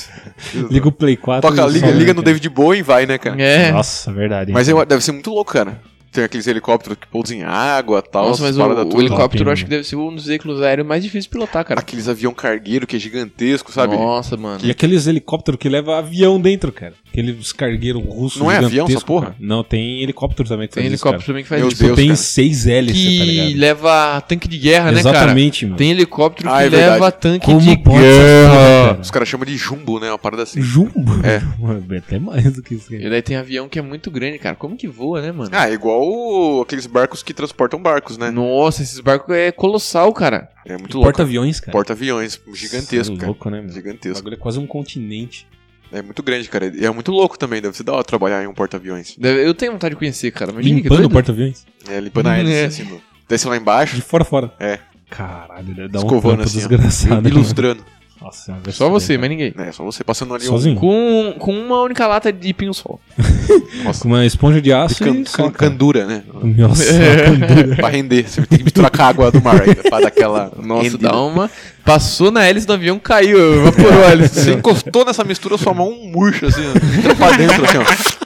Liga o Play 4. Toca, e liga, some, liga né, no cara? David Bowie e vai, né, cara? É. Nossa, verdade. Mas deve ser muito louco, cara. Tem aqueles helicópteros que pousam em água e tal. Nossa, mas essas o paradas tudo. helicóptero Top, eu acho que deve ser um dos veículos aéreos mais difíceis de pilotar, cara. Aqueles avião cargueiro que é gigantesco, sabe? Nossa, mano. E aqueles helicópteros que levam avião dentro, cara. Aqueles cargueiros russos. Não é avião essa gigantescos, porra? cara. Não, tem helicóptero também que Tem faz isso, helicóptero cara. também que faz Meu isso. Tipo, Deus, tem cara. 6 hélices, tá Que ligado? leva tanque de guerra, né, cara? Exatamente, mano. Tem helicóptero Ah, que é verdade. leva tanque Como de pode essa porra, guerra. cara? Os caras chamam de jumbo, né? Uma parada assim. Jumbo? É. É até mais do que isso. E daí tem avião que é muito grande, cara. Como que voa, né, mano? Ah, é igual aqueles barcos que transportam barcos, né? Nossa, esses barcos é colossal, cara. É muito louco. Porta-aviões, cara. Porta-aviões, gigantesco, Isso é cara. louco, né, mano? O Gigantesco. bagulho é quase um continente. É muito grande, cara. E é muito louco também. Deve ser da hora trabalhar em um porta-aviões. Eu tenho vontade de conhecer, cara. Imagina que Limpando o doido. porta-aviões. É, limpando a hélice, É. assim. Desce lá embaixo. De fora a fora. É. Caralho, deve dar um Escovando trampo assim, ó. desgraçado. né, Ilustrando. mano? Nossa, vai Só se você, fuder, mas ninguém. É, só você passando ali Sozinho? Com uma única lata de pinho-sol. cara. Com uma esponja de aço e só, cara. candura, né? Nossa, candura. Pra render. Você tem que misturar com a água do mar ainda. Pra dar aquela. Nossa, rendida. dá uma... Passou na hélice do avião, caiu, evaporou a hélice. Você encostou nessa mistura, sua mão murcha, assim, ó. Entra pra dentro, assim, ó.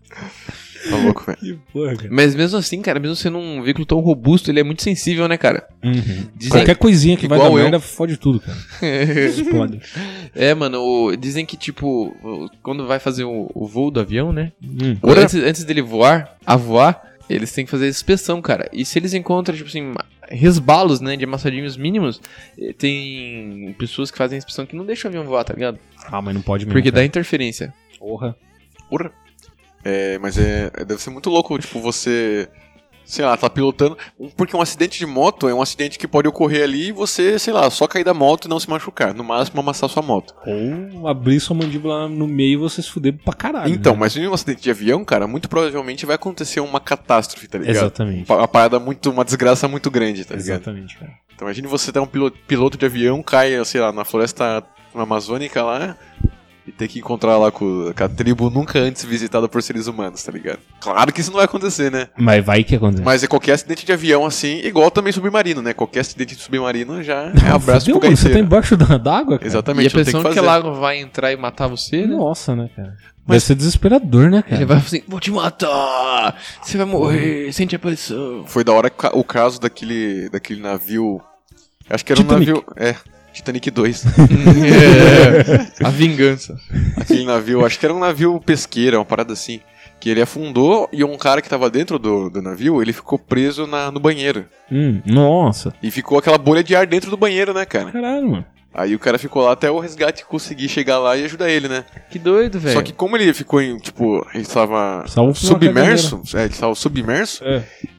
Tá louco, velho. Que porra, cara. Mas mesmo assim, cara, mesmo sendo um veículo tão robusto, ele é muito sensível, né, cara? Dizem- Qualquer coisinha que vai dar Igual eu. merda fode tudo, cara. Explode. É, mano, dizem que, tipo, quando vai fazer o voo do avião, né? Ora? Antes dele voar, eles têm que fazer inspeção, cara. E se eles encontram, tipo assim, resbalos, né, de amassadinhos mínimos, tem pessoas que fazem inspeção que não deixam o avião voar, tá ligado? Ah, mas não pode mesmo. Porque dá cara. interferência. Porra. Porra. É, mas deve ser muito louco, tipo, você sei lá, tá pilotando. Porque um acidente de moto é um acidente que pode ocorrer ali e você, sei lá, só cair da moto e não se machucar. No máximo, amassar sua moto. Ou abrir sua mandíbula no meio e você se fuder pra caralho. Então, né? mas em um acidente de avião, cara, muito provavelmente vai acontecer uma catástrofe, tá ligado? Exatamente. Uma parada uma desgraça muito grande, tá ligado? Exatamente, cara. Então imagine você ter um piloto de avião, cai, sei lá, na floresta amazônica lá e ter que encontrar lá com a tribo nunca antes visitada por seres humanos, tá ligado? Claro que isso não vai acontecer, né? Mas vai que acontece. Mas é qualquer acidente de avião assim, igual também submarino, né? Qualquer acidente de submarino já é abraço Fudeu, pro mano, você tá gaiteiro. embaixo d'água, cara? Exatamente, E a eu tenho pressão que que fazer. a água vai entrar e matar você, né? Nossa, né, cara? Deve ser desesperador, né, cara? Ele vai assim, vou te matar, você vai morrer, sente a pressão. Foi da hora o caso daquele navio. Acho que era Titanic. um navio. Titanic 2. A vingança. Aquele navio, acho que era um navio pesqueiro, uma parada assim. Que ele afundou e um cara que tava dentro do navio, ele ficou preso no banheiro. Nossa. E ficou aquela bolha de ar dentro do banheiro, né, cara? Caralho, mano. Aí o cara ficou lá até o resgate conseguir chegar lá e ajudar ele, né? Que doido, velho. Só que como ele ficou em, tipo, ele estava Salvo por uma submerso, ele estava submerso, É.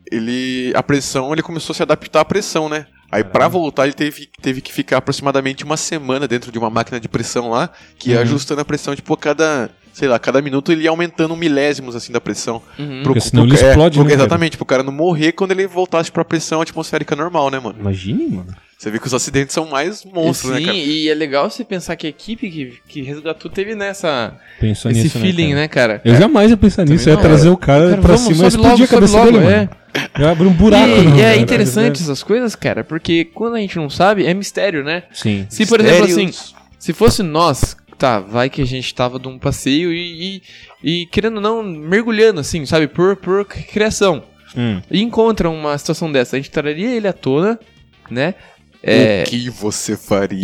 a pressão, ele começou a se adaptar à pressão, né? Aí pra voltar ele teve que ficar aproximadamente uma semana dentro de uma máquina de pressão lá, que ia ajustando a pressão, tipo, cada minuto ele ia aumentando milésimos, assim, da pressão. Porque senão ele explode, né, cara? Exatamente, pro cara não morrer quando ele voltasse pra pressão atmosférica normal, né, mano? Imagine, mano. Você vê que os acidentes são mais monstros, Sim, né, cara? e é legal você pensar que a equipe que resgatou teve Pensou esse nisso, feeling, cara? né, cara? Eu jamais ia pensar nisso. Eu ia não, trazer o cara Cara, pra vamos, cima e sobe explodir a cabeça logo, dele, é. mano. Eu abro um buraco. E é cara. interessante essas coisas, cara, porque quando a gente não sabe, é mistério, né? Sim. Se, por exemplo, assim, Mistérios. se fosse nós, tá, vai que a gente tava num passeio e querendo ou não, mergulhando, assim, sabe, por criação. E encontra uma situação dessa, a gente traria ele à tona, né? O que você faria?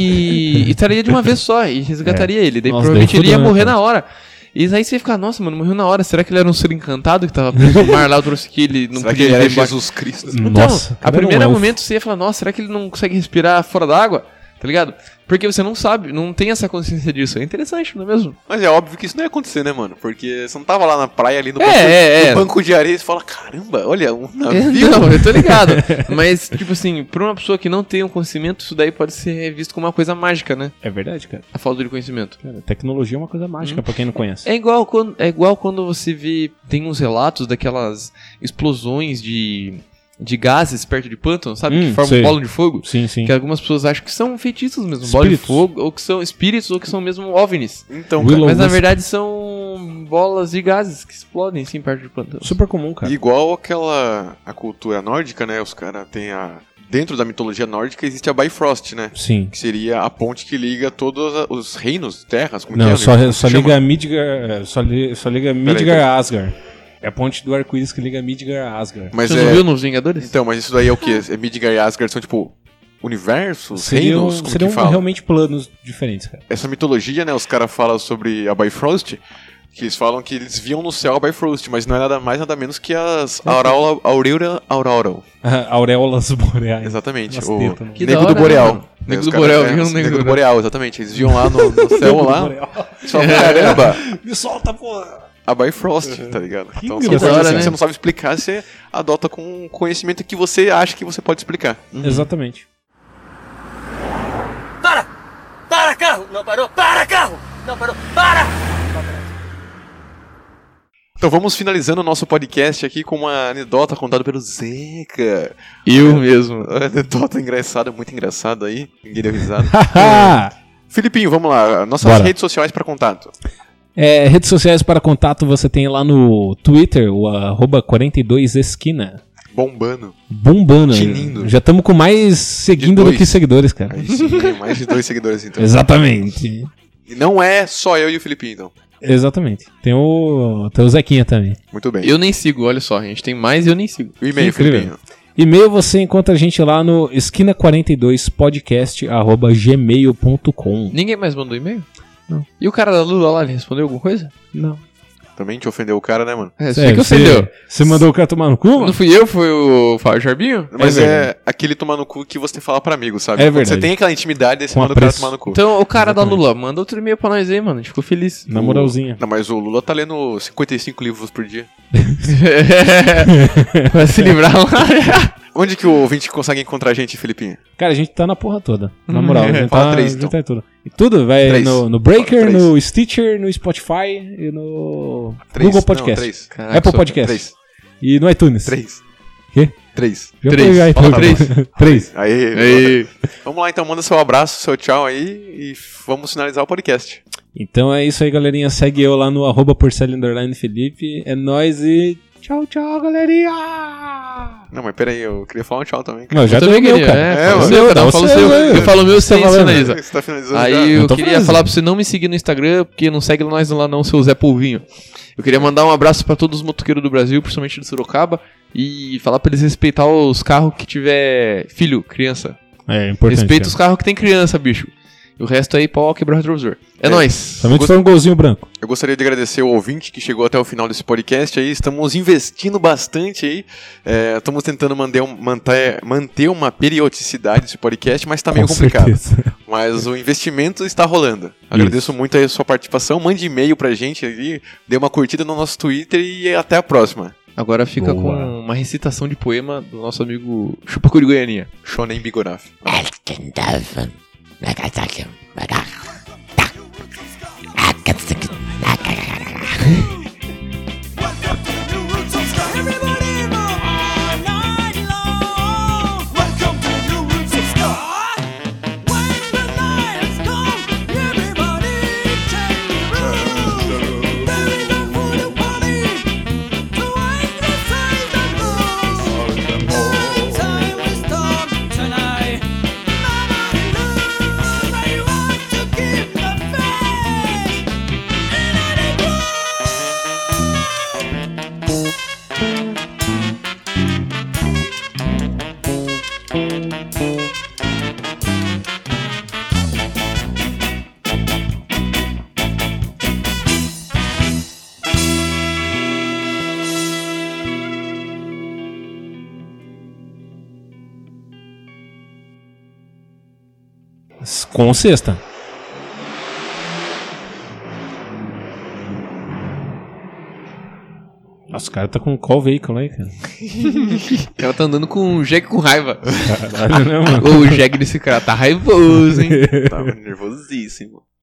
E traria de uma vez só e resgataria ele. Daí Nossa, provavelmente daí ele ia fudeu, né, morrer cara? na hora. E aí você ia ficar, nossa, mano, morreu na hora. Será que ele era um ser encantado que tava preso no mar lá? Eu trouxe que ele não Será que podia ele era ir embora? Jesus Cristo? Então, Nossa, a cara, primeiro era um elfo. momento você ia falar, nossa, será que ele não consegue respirar fora d'água? Tá ligado? Porque você não sabe, não tem essa consciência disso. É interessante, não é mesmo? Mas é óbvio que isso não ia acontecer, né, mano? Porque você não tava lá na praia, ali no banco de areia, e você fala, caramba, olha, um navio. Não, eu tô ligado. Mas, tipo assim, pra uma pessoa que não tem um conhecimento, isso daí pode ser visto como uma coisa mágica, né? É verdade, cara. A falta de conhecimento. Cara, tecnologia é uma coisa mágica pra quem não conhece. É igual quando você vê, tem uns relatos daquelas explosões de gases perto de pântano, sabe? Que formam sei. um bolo de fogo. Sim, sim. Que algumas pessoas acham que são feitiços mesmo, bola de Espíritos. fogo, ou que são espíritos, ou que são mesmo OVNIs. Então, Willow Mas na Wisp. verdade são bolas de gases que explodem sim perto de pântano. Super comum, cara. igual a cultura nórdica, né? Os caras têm dentro da mitologia nórdica existe a Bifrost, né? Sim. Que seria a ponte que liga todos os reinos, terras, como Não, que é, só, né? Como só se chama? liga Midgar. Só liga Midgar a Asgard. É a ponte do arco-íris que liga Midgar a Asgard. Mas Você não viu nos Vingadores? Então, mas isso daí é o quê? É Midgard e Asgard são tipo universos, reinos, como seriam que fala? realmente planos diferentes, cara. Essa mitologia, né? Os caras falam sobre a Bifrost, que eles falam que eles viam no céu a Bifrost, mas não é nada mais, nada menos que as Aureola Auroral. Auréolas boreais. Exatamente. Nas o tetas, mano. Que Nego da do hora, Boreal. mano. Nego Os do caras- Boreal, é, viu? os Nego Nego do do Boreal, exatamente. Eles viam lá no céu lá. Eles falam, caramba, Me solta, porra! a Bifrost, tá ligado? Então são engraçado, coisas assim né? que você não sabe explicar, você adota com conhecimento que você acha que você pode explicar. Exatamente. Para! Para, carro! Não parou! Para, carro! Não parou! Para! Então vamos finalizando o nosso podcast aqui com uma anedota contada pelo Zeca. Eu mesmo. Uma anedota engraçada, muito engraçada aí. Ninguém deu risada. Haha! Filipinho, vamos lá. Nossas Bora. redes sociais para contato. Redes sociais para contato você tem lá no Twitter, o @42esquina. Bombando. Bombando. Tinindo. Já estamos com mais seguindo do dois. que seguidores, cara. Aí sim, mais de 2 seguidores então. Exatamente. E não é só eu e o Filipinho, então. Exatamente. Tem o Zequinha também. Muito bem. Eu nem sigo, olha só, a gente tem mais e eu nem sigo. O e-mail, Incrível. Filipinho. E-mail você encontra a gente lá no esquina42podcast@gmail.com. Ninguém mais mandou e-mail? Não. E o cara da Lula lá, ele respondeu alguma coisa? Não. Também te ofendeu o cara, né, mano? É, você que ofendeu. Você mandou o cara tomar no cu, mano? Não fui eu, foi o Fábio Jarbinho? Mas verdade. é aquele tomar no cu que você fala pra amigo, sabe? É Quando verdade. você tem aquela intimidade, aí você Com manda o cara apreço. tomar no cu. Então, o cara Exatamente. da Lula, manda outro e-mail pra nós aí, mano. A gente ficou feliz. Na moralzinha. Não, mas o Lula tá lendo 55 livros por dia. Vai se livrar lá. Onde que o ouvinte consegue encontrar a gente, Felipinho? Cara, a gente tá na porra toda. Na moral, a gente Fala tá, três, a gente então. tá em tudo. E tudo, vai 3. no Breaker, Fala 3. no Stitcher, no Spotify e no 3. Google Podcast. Não, 3. Caraca, Apple só Podcast. 3. E no iTunes. 3. Quê? 3. Já Três. foi, Fala então. três. 3. Aí, Ei. vamos lá então, manda seu abraço, seu tchau aí e vamos finalizar o podcast. Então é isso aí, galerinha. Segue eu lá no @Porcel_Felipe. É nóis e tchau, tchau, galerinha! Não, mas peraí, eu queria falar um tchau também. Não, já Eu deu também meu, queria, cara. fala o mano. seu, cada um Dá fala o o seu. seu, né? Eu falo o meu sem Tá valendo. finaliza. Você tá finalizando Aí já? eu tô queria finalizando. falar pra você não me seguir no Instagram, porque não segue nós lá não, seu Zé Polvinho. Eu queria mandar um abraço pra todos os motoqueiros do Brasil, principalmente do Sorocaba, e falar pra eles respeitar os carros que tiver filho, criança. É importante. Respeita cara. os carros que tem criança, bicho. E o resto aí, pau, quebrar o retrovisor. É nóis. Somente se for um golzinho branco. Eu gostaria de agradecer o ouvinte que chegou até o final desse podcast aí. Estamos investindo bastante aí. Estamos tentando manter uma periodicidade desse podcast, mas tá meio Com complicado. certeza. Mas o investimento está rolando. Agradeço muito aí a sua participação. Mande e-mail pra gente ali, dê uma curtida no nosso Twitter e até a próxima. Agora fica Boa. com uma recitação de poema do nosso amigo Chupacuri Goianinha. Shonen Bigoraf. Everybody move all night long. Welcome to New Roots of Ska. When the night has come, everybody take the room. There is a voodoo party to exorcise the blues. The time we start tonight. Nobody knows how you want to keep the faith in any blue. Com sexta. Nossa, o cara tá com qual veículo aí, cara? O cara tá andando com o jegue com raiva. Caralho, né, mano? Ô, o jegue desse cara tá raivoso, hein? Tava nervosíssimo.